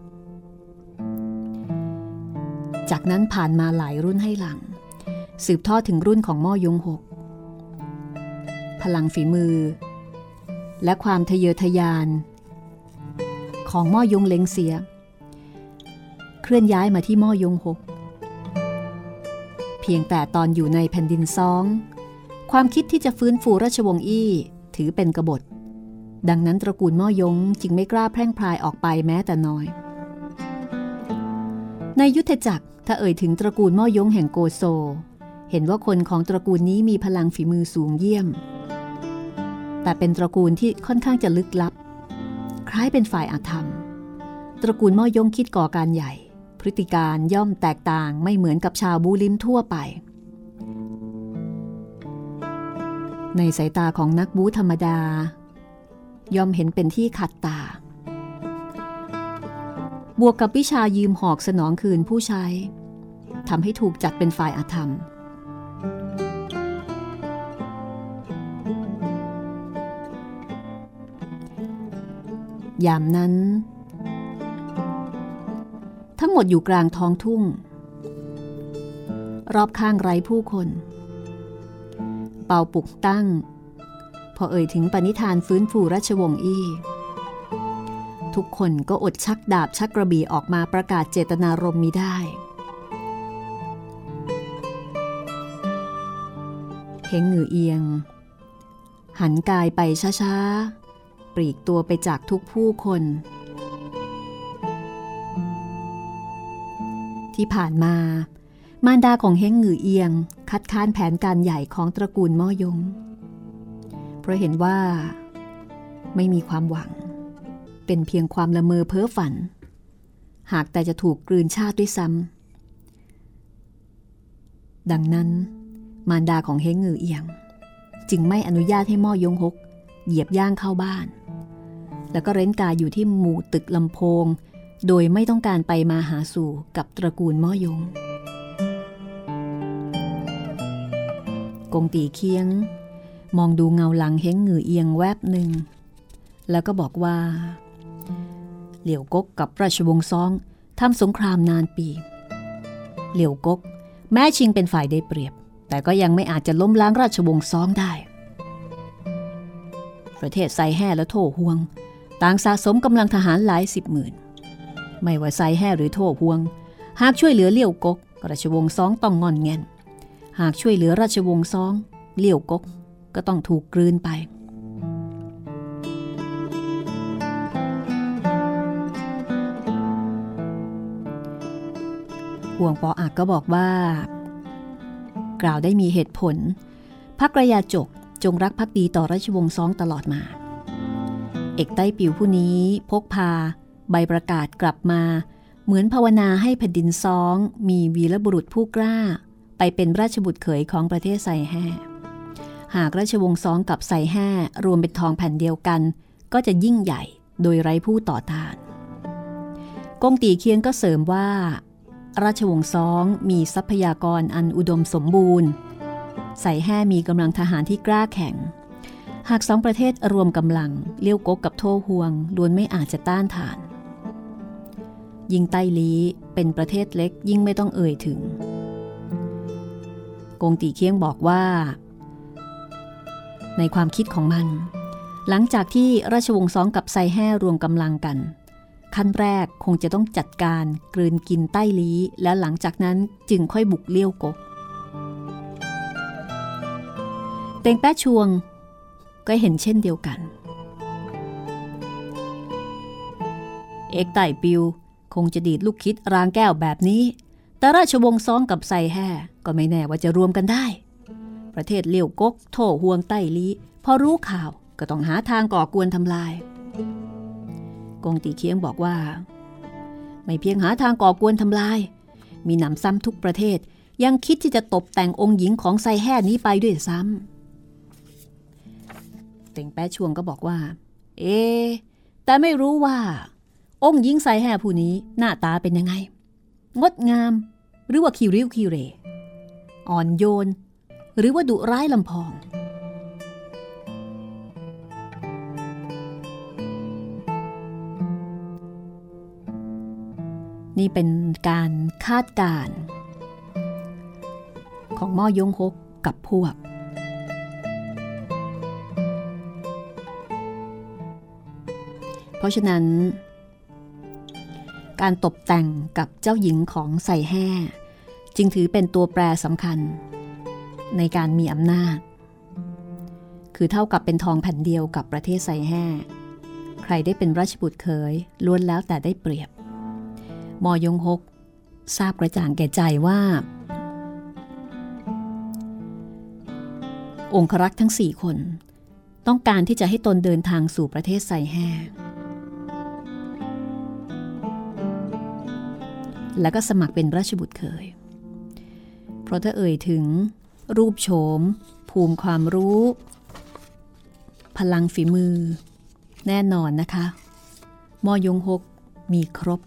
จากนั้นผ่านมาหลายรุ่นให้หลังสืบทอดถึงรุ่นของม่อยงหกพลังฝีมือและความทะเยอทะยานของม่อยงเหล็งเซียเคลื่อนย้ายมาที่ม่อยงหกเพียงแต่ตอนอยู่ในแผ่นดินซ้องความคิดที่จะฟื้นฟูราชวงศ์อี้ถือเป็นกบฏดังนั้นตระกูลม่อยงจึงไม่กล้าแพร่งพรายออกไปแม้แต่น้อยในยุทธจักรถ้าเอ่ยถึงตระกูลม่อยงแห่งโกโซเห็นว่าคนของตระกูลนี้มีพลังฝีมือสูงเยี่ยมแต่เป็นตระกูลที่ค่อนข้างจะลึกลับคล้ายเป็นฝ่ายอาธรรมตระกูลม่อยงคิดก่อการใหญ่พฤติการย่อมแตกต่างไม่เหมือนกับชาวบูลิมทั่วไปในสายตาของนักบู๊ธรรมดาย่อมเห็นเป็นที่ขัดตาบวกกับวิชายืมหอกสนองคืนผู้ใช้ทำให้ถูกจัดเป็นฝ่ายอาธรรมยามนั้นทั้งหมดอยู่กลางท้องทุ่งรอบข้างไร้ผู้คนเเปาปลุกตั้งพอเอ่ยถึงปณิธานฟื้นฟูราชวงศ์อี้ทุกคนก็อดชักดาบชักกระบี่ออกมาประกาศเจตนารมณ์มิได้เฮงหงือเอียงหันกายไปช้าๆปลีกตัวไปจากทุกผู้คนที่ผ่านมามารดาของเฮงหงือเอียงคัดค้านแผนการใหญ่ของตระกูลม่อยงเพราะเห็นว่าไม่มีความหวังเป็นเพียงความละเมอเพ้อฝันหากแต่จะถูกกลืนชาติด้วยซ้ำดังนั้นมารดาของเฮงหงือเอียงจึงไม่อนุญาตให้ม่อยงฮกเหยียบย่างเข้าบ้านแล้วก็เร้นกายอยู่ที่หมู่ตึกลำโพงโดยไม่ต้องการไปมาหาสู่กับตระกูลม่อยงกงตีเคียงมองดูเงาหลังเฮงหงือเอียงแวบหนึ่งแล้วก็บอกว่าเหลี่ยวก๊กกับราชวงศ์ซองทำสงครามนานปีเหลี่ยวก๊กแม้ชิงเป็นฝ่ายได้เปรียบแต่ก็ยังไม่อาจจะล้มล้างราชวงศ์ซองได้ประเทศไซแห่และโถฮวงต่างสะสมกำลังทหารหลายสิบหมื่นไม่ว่าไซแห่หรือโถฮวงหากช่วยเหลือเหลี่ยวก๊กราชวงศ์ซองต้องงอนแงนหากช่วยเหลือราชวงศ์ซองเหลี่ยวก๊กก็ต้องถูกกลืนไปห่วงปออักก็บอกว่ากล่าวได้มีเหตุผลพรรคระยาจกจงรักภักดีต่อราชวงศ์ซองตลอดมาเอกไต้ปิ๋วผู้นี้พกพาใบประกาศกลับมาเหมือนภาวนาให้แผ่นดินซองมีวีรบุรุษผู้กล้าไปเป็นราชบุตรเขยของประเทศไซแห่หากราชวงศ์ซองกับไซแห่รวมเป็นทองแผ่นเดียวกันก็จะยิ่งใหญ่โดยไร้ผู้ต่อต้านกงตีเคียงก็เสริมว่าราชวงศ์ซองมีทรัพยากรอันอุดมสมบูรณ์ไซแห่มีกำลังทหารที่กล้าแข็งหากสองประเทศรวมกำลังเลี้ยวก๊กกับโถฮวงล้วนไม่อาจจะต้านทานยิ่งไต้ลี้เป็นประเทศเล็กยิ่งไม่ต้องเอ่ยถึงกงตีเคียงบอกว่าในความคิดของมันหลังจากที่ราชวงศ์ซองกับไซแห่รวมกำลังกันขั้นแรกคงจะต้องจัดการกลืนกินไต้ลี้และหลังจากนั้นจึงค่อยบุกเลี้ยวก๊กเต็งแป๊ะชวงก็เห็นเช่นเดียวกันเอกไต่ปิวคงจะดีดลูกคิดรางแก้วแบบนี้แต่ราชวงศ์ซองกับไซแห่ก็ไม่แน่ว่าจะรวมกันได้ประเทศเลี้ยวก๊กโถฮวงไต้ลี้พอรู้ข่าวก็ต้องหาทางก่อกวนทำลายกงตีเคียงบอกว่าไม่เพียงหาทางก่อกวนทำลายมีหนำซ้ำทุกประเทศยังคิดที่จะตบแต่งองค์หญิงของไซแห่นี้ไปด้วยซ้ำเต็งแป๊ะชวงก็บอกว่าแต่ไม่รู้ว่าองค์หญิงไซแห่ผู้นี้หน้าตาเป็นยังไงงดงามหรือว่าขี้ริ้วขี้เหร่อ่อนโยนหรือว่าดุร้ายลำพองนี่เป็นการคาดการณ์ของม่อยงฮกกับพวกเพราะฉะนั้นการตบแต่งกับเจ้าหญิงของไซแห่จึงถือเป็นตัวแปรสำคัญในการมีอำนาจคือเท่ากับเป็นทองแผ่นเดียวกับประเทศไซแห่ใครได้เป็นราชบุตรเขยล้วนแล้วแต่ได้เปรียบมอยงฮกทราบกระจ่างแก่ใจว่าองครักษ์ทั้ง4คนต้องการที่จะให้ตนเดินทางสู่ประเทศไซแห่แล้วก็สมัครเป็นราชบุตรเขยเพราะถ้าเอ่ยถึงรูปโฉมภูมิความรู้พลังฝีมือแน่นอนนะคะมอยงฮกมีครบ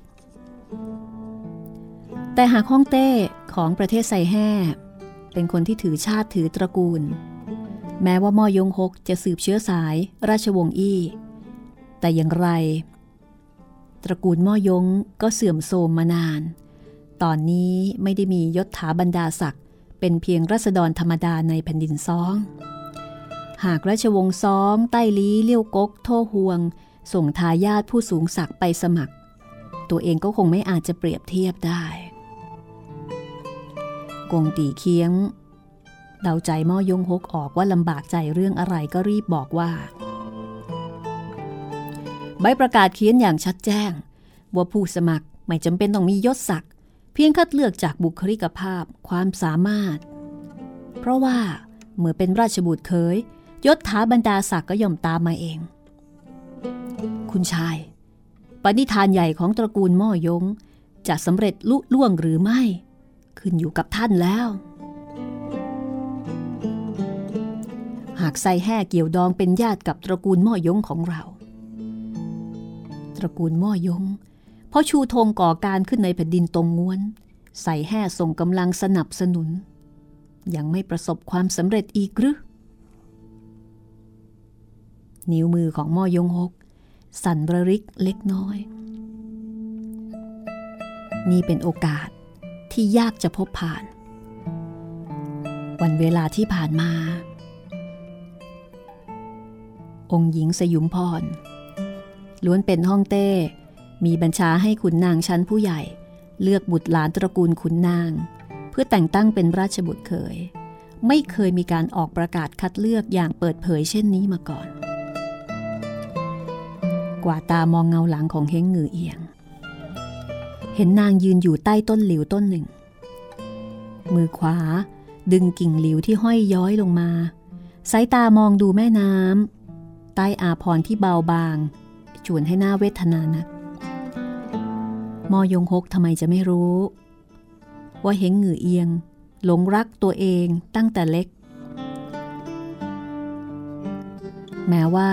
แต่หากฮ่องเต้ของประเทศไซแห่เป็นคนที่ถือชาติถือตระกูลแม้ว่าม่อยงฮกจะสืบเชื้อสายราชวงศ์อี้แต่อย่างไรตระกูลม่อยงก็เสื่อมโทรมมานานตอนนี้ไม่ได้มียศถาบรรดาศักดิ์เป็นเพียงราษฎรธรรมดาในแผ่นดินซองหากราชวงศ์ซ้องใต้ลี้เลี้ยวกกโทหวงส่งทายาทผู้สูงศักดิ์ไปสมัครตัวเองก็คงไม่อาจจะเปรียบเทียบได้กงตีเคียงเดาใจม่อยงฮกออกว่าลำบากใจเรื่องอะไรก็รีบบอกว่าใบประกาศเขียนอย่างชัดแจ้งว่าผู้สมัครไม่จำเป็นต้องมียศศักดิ์เพียงคัดเลือกจากบุคลิกภาพความสามารถเพราะว่าเมื่อเป็นราชบุตรเคยยศถาบรรดาศักดิ์ก็ย่อมตามมาเองคุณชายปณิธานใหญ่ของตระกูลม่อยงจะสำเร็จลุล่วงหรือไม่ขึ้นอยู่กับท่านแล้วหากไซแห่เกี่ยวดองเป็นญาติกับตระกูลม่อยงของเราตระกูลม่อยงเพราะชูธงก่อการขึ้นในแผ่นดินตรงง้วนไซแห่ส่งกำลังสนับสนุนยังไม่ประสบความสำเร็จอีกหรือนิ้วมือของม่อยงฮกสั่นระริกเล็กน้อยนี่เป็นโอกาสที่ยากจะพบผ่านวันเวลาที่ผ่านมาองค์หญิงสยุมพรล้วนเป็นฮ่องเต้มีบัญชาให้ขุนนางชั้นผู้ใหญ่เลือกบุตรหลานตระกูลขุนนางเพื่อแต่งตั้งเป็นราชบุตรเขยไม่เคยมีการออกประกาศคัดเลือกอย่างเปิดเผยเช่นนี้มาก่อนกว่าตามองเงาหลังของเฮงหงือเอียงเห็นนางยืนอยู่ใต้ต้นหลิวต้นหนึ่งมือขวาดึงกิ่งหลิวที่ห้อยย้อยลงมาสายตามองดูแม่น้ำใต้อาภรณ์ที่เบาบางชวนให้หน้าเวทนานักมอยงฮกทำไมจะไม่รู้ว่าเฮงหงือเอียงหลงรักตัวเองตั้งแต่เล็กแม้ว่า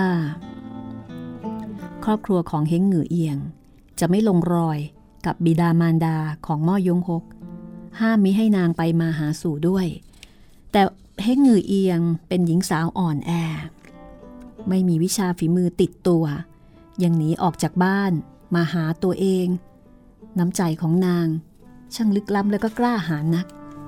ครอบครัวของเฮงหงือเอียงจะไม่ลงรอยกับบิดามารดาของม่อยงฮกห้ามมิให้นางไปมาหาสู่ด้วยแต่เฮงหงือเอียงเป็นหญิงสาวอ่อนแอไม่มีวิชาฝีมือติดตัวยังหนีออกจากบ้านมาหาตัวเองน้ำใจของนางช่างลึกล้ำและก็กล้าหาญนัก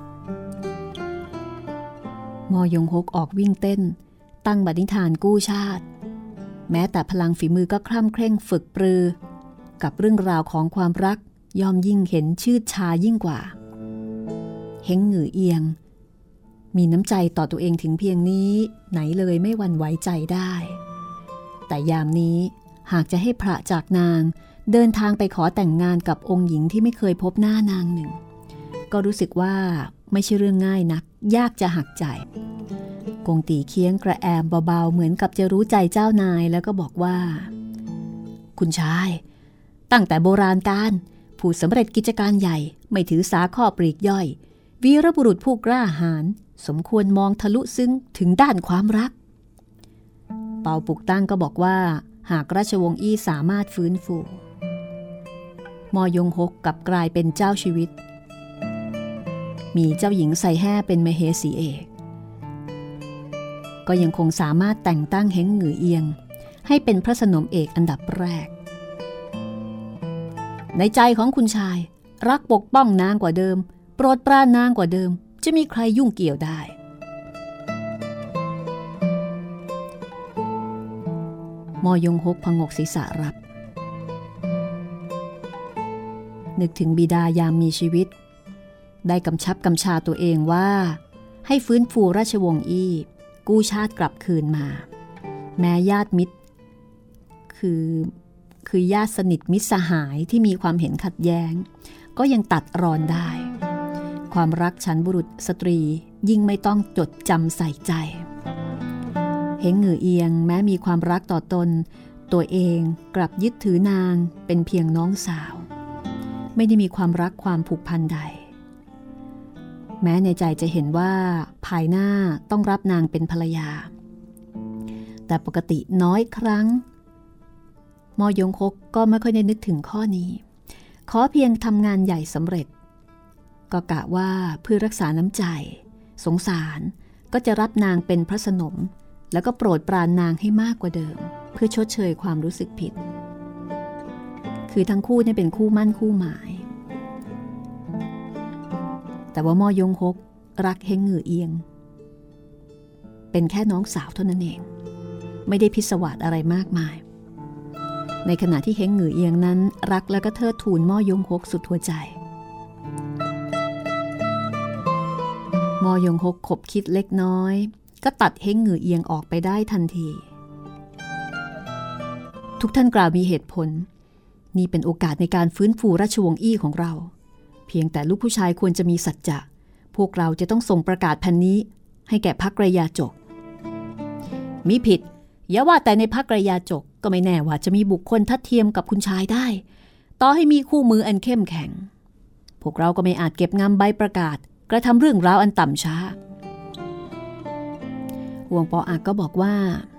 มอยงฮกออกวิ่งเต้นตั้งปณิธานกู้ชาติแม้แต่พลังฝีมือก็คร่ำเคร่งฝึกปรือกับเรื่องราวของความรักย่อมยิ่งเห็นชืดชายิ่งกว่าเฮงหงือเอียงมีน้ำใจต่อตัวเองถึงเพียงนี้ไหนเลยไม่หวั่นไหวใจได้แต่ยามนี้หากจะให้พระจากนางเดินทางไปขอแต่งงานกับองค์หญิงที่ไม่เคยพบหน้านางหนึ่งก็รู้สึกว่าไม่ใช่เรื่องง่ายนักยากจะหักใจกงตีเคียงกระแอมเบาๆเหมือนกับจะรู้ใจเจ้านายแล้วก็บอกว่าคุณชายตั้งแต่โบราณกาลผู้สำเร็จกิจการใหญ่ไม่ถือสาข้อปลีกย่อยวีรบุรุษผู้กล้าหาญสมควรมองทะลุซึ้งถึงด้านความรักเปาปุกตั้งก็บอกว่าหากราชวงศ์อี้สามารถฟื้นฟูมอยงฮกกลับกลายเป็นเจ้าชีวิตมีเจ้าหญิงไซแห่เป็นมเหสีเอกก็ยังคงสามารถแต่งตั้งเฮงหงือเอียงให้เป็นพระสนมเอกอันดับแรกในใจของคุณชายรักปกป้องนางกว่าเดิมโปรดปรานนางกว่าเดิมจะมีใครยุ่งเกี่ยวได้มอยงฮกพงกศีรษะรับนึกถึงบิดายามมีชีวิตได้กำชับกำชาตัวเองว่าให้ฟื้นฟูราชวงศ์อี้กู้ชาติกลับคืนมาแม้ญาติมิตรคือญาติสนิทมิตรสหายที่มีความเห็นขัดแย้งก็ยังตัดรอนได้ความรักฉันบุรุษสตรียิ่งไม่ต้องจดจำใส่ใจเฮงหงือเอียงแม้มีความรักต่อตนตัวเองกลับยึดถือนางเป็นเพียงน้องสาวไม่ได้มีความรักความผูกพันใดแม้ในใจจะเห็นว่าภายหน้าต้องรับนางเป็นภรรยาแต่ปกติน้อยครั้งมอยงฮกก็ไม่ค่อยได้นึกถึงข้อนี้ขอเพียงทำงานใหญ่สำเร็จก็กะว่าเพื่อรักษาน้ำใจสงสารก็จะรับนางเป็นพระสนมแล้วก็โปรดปรานนางให้มากกว่าเดิมเพื่อชดเชยความรู้สึกผิดคือทั้งคู่เนี่ยเป็นคู่มั่นคู่หมายแต่ว่ามอยงฮกรักเฮงหงือเอียงเป็นแค่น้องสาวเท่านั้นเองไม่ได้พิศวาสอะไรมากมายในขณะที่เฮงหงือเอียงนั้นรักและก็เทิดทูนม่อยงฮกสุดหัวใจม่อยงฮกขบคิดเล็กน้อยก็ตัดเฮงหงือเอียงออกไปได้ทันทีทุกท่านกล่าวมีเหตุผลนี่เป็นโอกาสในการฟื้นฟูราชวงศ์อี้ของเราเพียงแต่ลูกผู้ชายควรจะมีสัจจะพวกเราจะต้องส่งประกาศแผ่นนี้ให้แก่พรรคระยาจกมิผิดอย่าว่าแต่ในพรรคระยาจกก็ไม่แน่ว่าจะมีบุคคลทัดเทียมกับคุณชายได้ต่อให้มีคู่มืออันเข้มแข็งพวกเราก็ไม่อาจเก็บงำใบประกาศกระทำเรื่องราวอันต่ำช้าห่วงปออักก็บอกว่า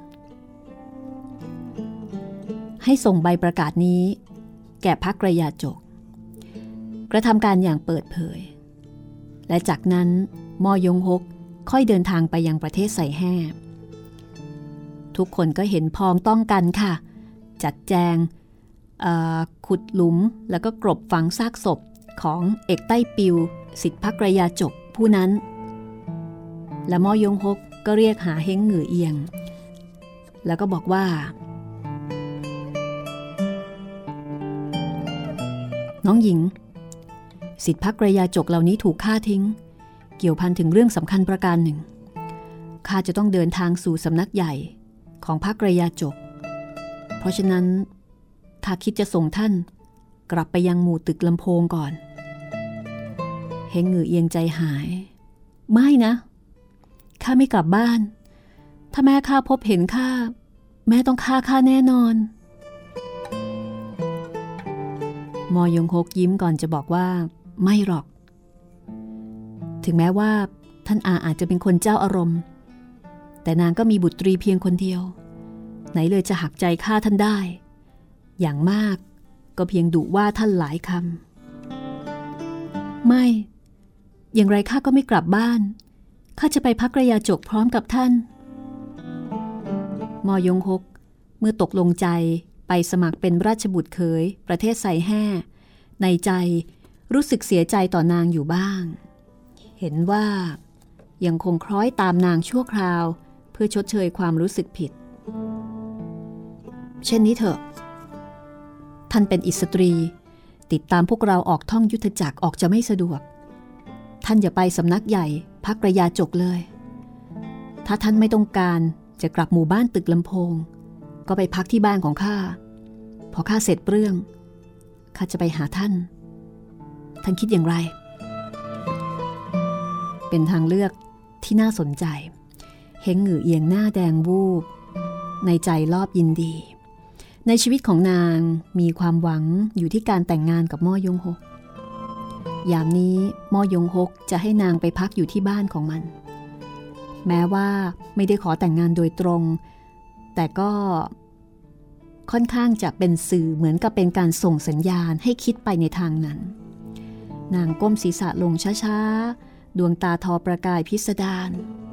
ให้ส่งใบประกาศนี้แก่พรรคระยาจกกระทำการอย่างเปิดเผยและจากนั้นม่อยงฮกค่อยเดินทางไปยังประเทศไซแห่ทุกคนก็เห็นพ้องต้องกันค่ะจัดแจงขุดหลุมแล้วก็กลบฝังซากศพของเอกใต้ปิวศิษย์พรรคระยาจกผู้นั้นและม่อยงฮกก็เรียกหาเฮงหงือเอียงแล้วก็บอกว่าน้องหญิงศิษย์พรรคระยาจกเหล่านี้ถูกฆ่าทิ้งเกี่ยวพันถึงเรื่องสำคัญประการหนึ่งข้าจะต้องเดินทางสู่สำนักใหญ่ของพรรคระยาจกเพราะฉะนั้นข้าคิดจะส่งท่านกลับไปยังหมู่ตึกลำโพงก่อนเฮงหงือเอียงใจหายไม่นะข้าไม่กลับบ้านถ้าแม่ข้าพบเห็นข้าแม่ต้องฆ่าข้าแน่นอนมอยงฮกยิ้มก่อนจะบอกว่าไม่หรอกถึงแม้ว่าท่านอาจจะเป็นคนเจ้าอารมณ์แต่นางก็มีบุตรีเพียงคนเดียวไหนเลยจะหักใจฆ่าท่านได้อย่างมากก็เพียงดุว่าท่านหลายคำไม่อย่างไรข้าก็ไม่กลับบ้านข้าจะไปพรรคระยาจกพร้อมกับท่านมอยงฮกเมื่อตกลงใจไปสมัครเป็นราชบุตรเขยประเทศไซแห่ในใจรู้สึกเสียใจต่อนางอยู่บ้างเห็นว่ายังคงคล้อยตามนางชั่วคราวเพื่อชดเชยความรู้สึกผิดเช่นนี้เถอะท่านเป็นอิสตรีติดตามพวกเราออกท่องยุทธจักรออกจะไม่สะดวกท่านอย่าไปสำนักใหญ่พรรคระยาจกเลยถ้าท่านไม่ต้องการจะกลับหมู่บ้านตึกลำโพงก็ไปพักที่บ้านของข้าพอข้าเสร็จเรื่องข้าจะไปหาท่านคิดอย่างไรเป็นทางเลือกที่น่าสนใจเฮงหงือเอียงหน้าแดงวูบในใจรอบยินดีในชีวิตของนางมีความหวังอยู่ที่การแต่งงานกับม่อยงฮกยามนี้ม่อยงฮกจะให้นางไปพักอยู่ที่บ้านของมันแม้ว่าไม่ได้ขอแต่งงานโดยตรงแต่ก็ค่อนข้างจะเป็นสื่อเหมือนกับเป็นการส่งสัญญาณให้คิดไปในทางนั้นนางก้มศีรษะลงช้าๆดวงตาทอประกายพิสดาร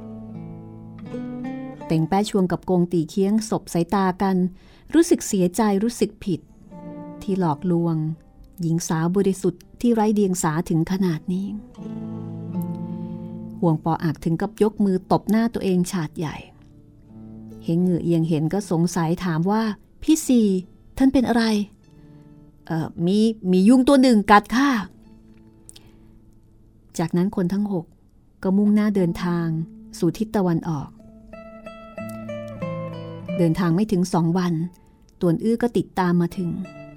เต่งแป้ชวงกับกงตีเคียงสบสายตากันรู้สึกเสียใจรู้สึกผิดที่หลอกลวงหญิงสาวบริสุทธิ์ที่ไร้เดียงสาถึงขนาดนี้ห่วงปออักถึงกับยกมือตบหน้าตัวเองฉาดใหญ่เฮงหงือเอียงเห็นก็สงสัยถามว่าพี่ซีท่านเป็นอะไรมียุงตัวหนึ่งกัดข้าจากนั้นคนทั้งหกก็มุ่งหน้าเดินทางสู่ทิศตะวันออกเดินทางไม่ถึง2 วันต่วนอื้อก็ติดตามมาถึง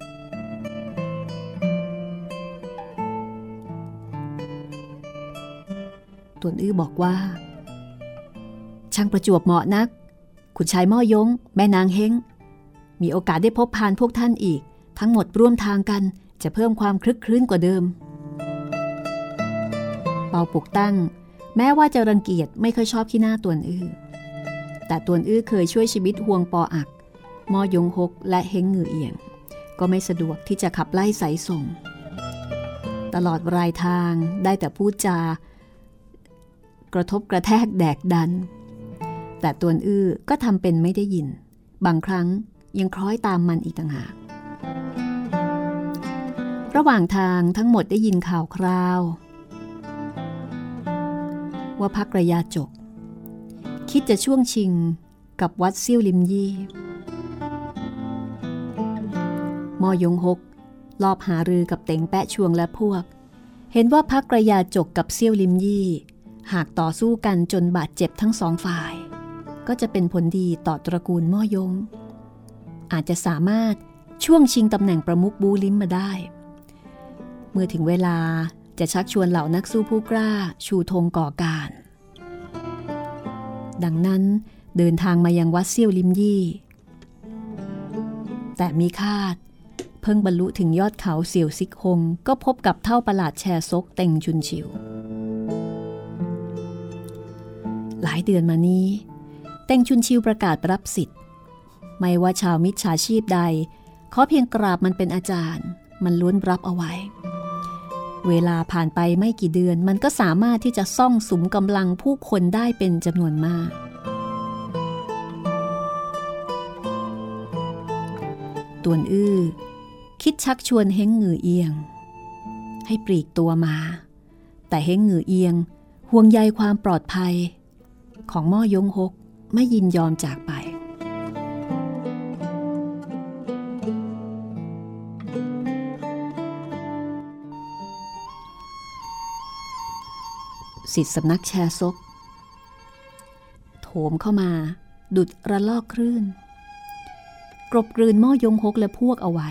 ต่วนอื้อบอกว่าช่างประจวบเหมาะนักคุณชายม่อยงแม่นางเฮงมีโอกาสได้พบพานพวกท่านอีกทั้งหมดร่วมทางกันจะเพิ่มความคลึกคลื้นกว่าเดิมเปาปุกตั้งแม้ว่าจะรังเกียจไม่เคยชอบขี้หน้าต่วนอื้อแต่ต่วนอื้อเคยช่วยชีวิตห่วงปออักม่อยงฮกและเฮงหงือเอียงก็ไม่สะดวกที่จะขับไล่สายส่งตลอดรายทางได้แต่พูดจากระทบกระแทกแดกดันแต่ต่วนอื้อก็ทำเป็นไม่ได้ยินบางครั้งยังคล้อยตามมันอีกต่างหากระหว่างทางทั้งหมดได้ยินข่าวคราวว่าพรรคระยาจกคิดจะช่วงชิงกับวัดเซี่ยวลิมยี่มอยงหกลอบหารือกับเต็งแปะชวงและพวกเห็นว่าพรรคกระยาจกกับเซี่ยวลิมยี่หากต่อสู้กันจนบาดเจ็บทั้งสองฝ่ายก็จะเป็นผลดีต่อตระกูลม่อยงอาจจะสามารถช่วงชิงตำแหน่งประมุขบูลิมมาได้เมื่อถึงเวลาจะชักชวนเหล่านักสู้ผู้กล้าชูธงก่อการดังนั้นเดินทางมายังวัดเซี่ยวลิมยี่แต่มีคาดเพิ่งบรรลุถึงยอดเขาเสี่ยวซิกฮงก็พบกับเท่าประหลาดแชซกเต็งชุนชิวหลายเดือนมานี้เต็งชุนชิวประกาศรับสิทธิ์ไม่ว่าชาวมิจฉาชีพใดขอเพียงกราบมันเป็นอาจารย์มันล้วนรับเอาไว้เวลาผ่านไปไม่กี่เดือนมันก็สามารถที่จะซ่องสุมกำลังผู้คนได้เป็นจำนวนมากตวนอื้อคิดชักชวนเฮ้งหงือเอียงให้ปลีกตัวมาแต่เฮ้งหงือเอียงห่วงใยความปลอดภัยของม่อยงหกไม่ยินยอมจากไปศิษย์สำนักแชซกโถมเข้ามาดุดระลอกคลื่นกรบกลืนม่อยงหกและพวกเอาไว้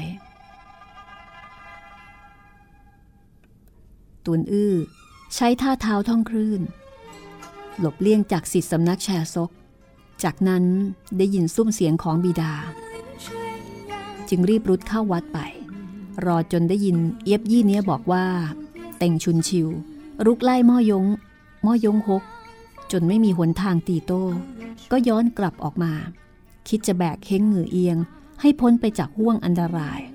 ตวนอื้อใช้ท่าเท้าท่องคลื่นหลบเลี่ยงจากศิษย์สำนักแชซกจากนั้นได้ยินซุ้มเสียงของบิดาจึงรีบรุดเข้าวัดไปรอจนได้ยินเอียบยี่เนี้ยบอกว่าเต็งชุนชิวรุกไล่ม่อยงหกจนไม่มีหนทางตีโต้ก็ย้อนกลับออกมาคิดจะแบกเฮ้งหงือเอียงให้พ้นไปจากห่วงอันตราย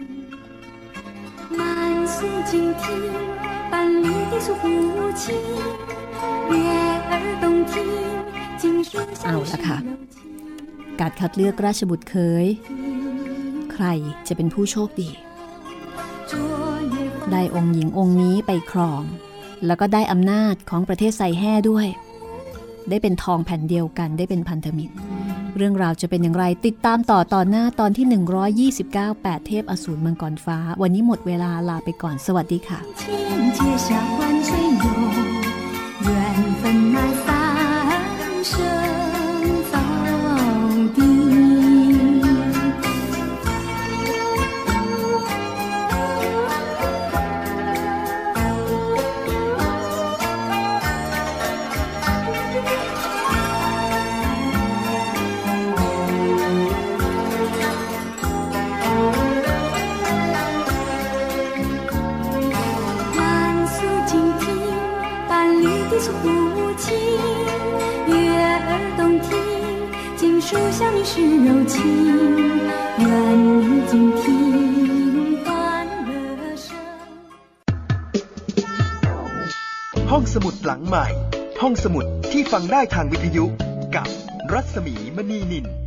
เอาละค่ะการคัดเลือกราชบุตรเคยใครจะเป็นผู้โชคดีได้องค์หญิงองค์นี้ไปครองแล้วก็ได้อำนาจของประเทศไซแห่ด้วยได้เป็นทองแผ่นเดียวกันได้เป็นพันธมิตรเรื่องราวจะเป็นอย่างไรติดตามต่อตอนหน้าตอนที่129 8เทพอสูรมังกรฟ้าวันนี้หมดเวลาลาไปก่อนสวัสดีค่ะห้องสมุดหลังใหม่ห้องสมุดที่ฟังได้ทางวิทยุกับรัศมีมณีนิน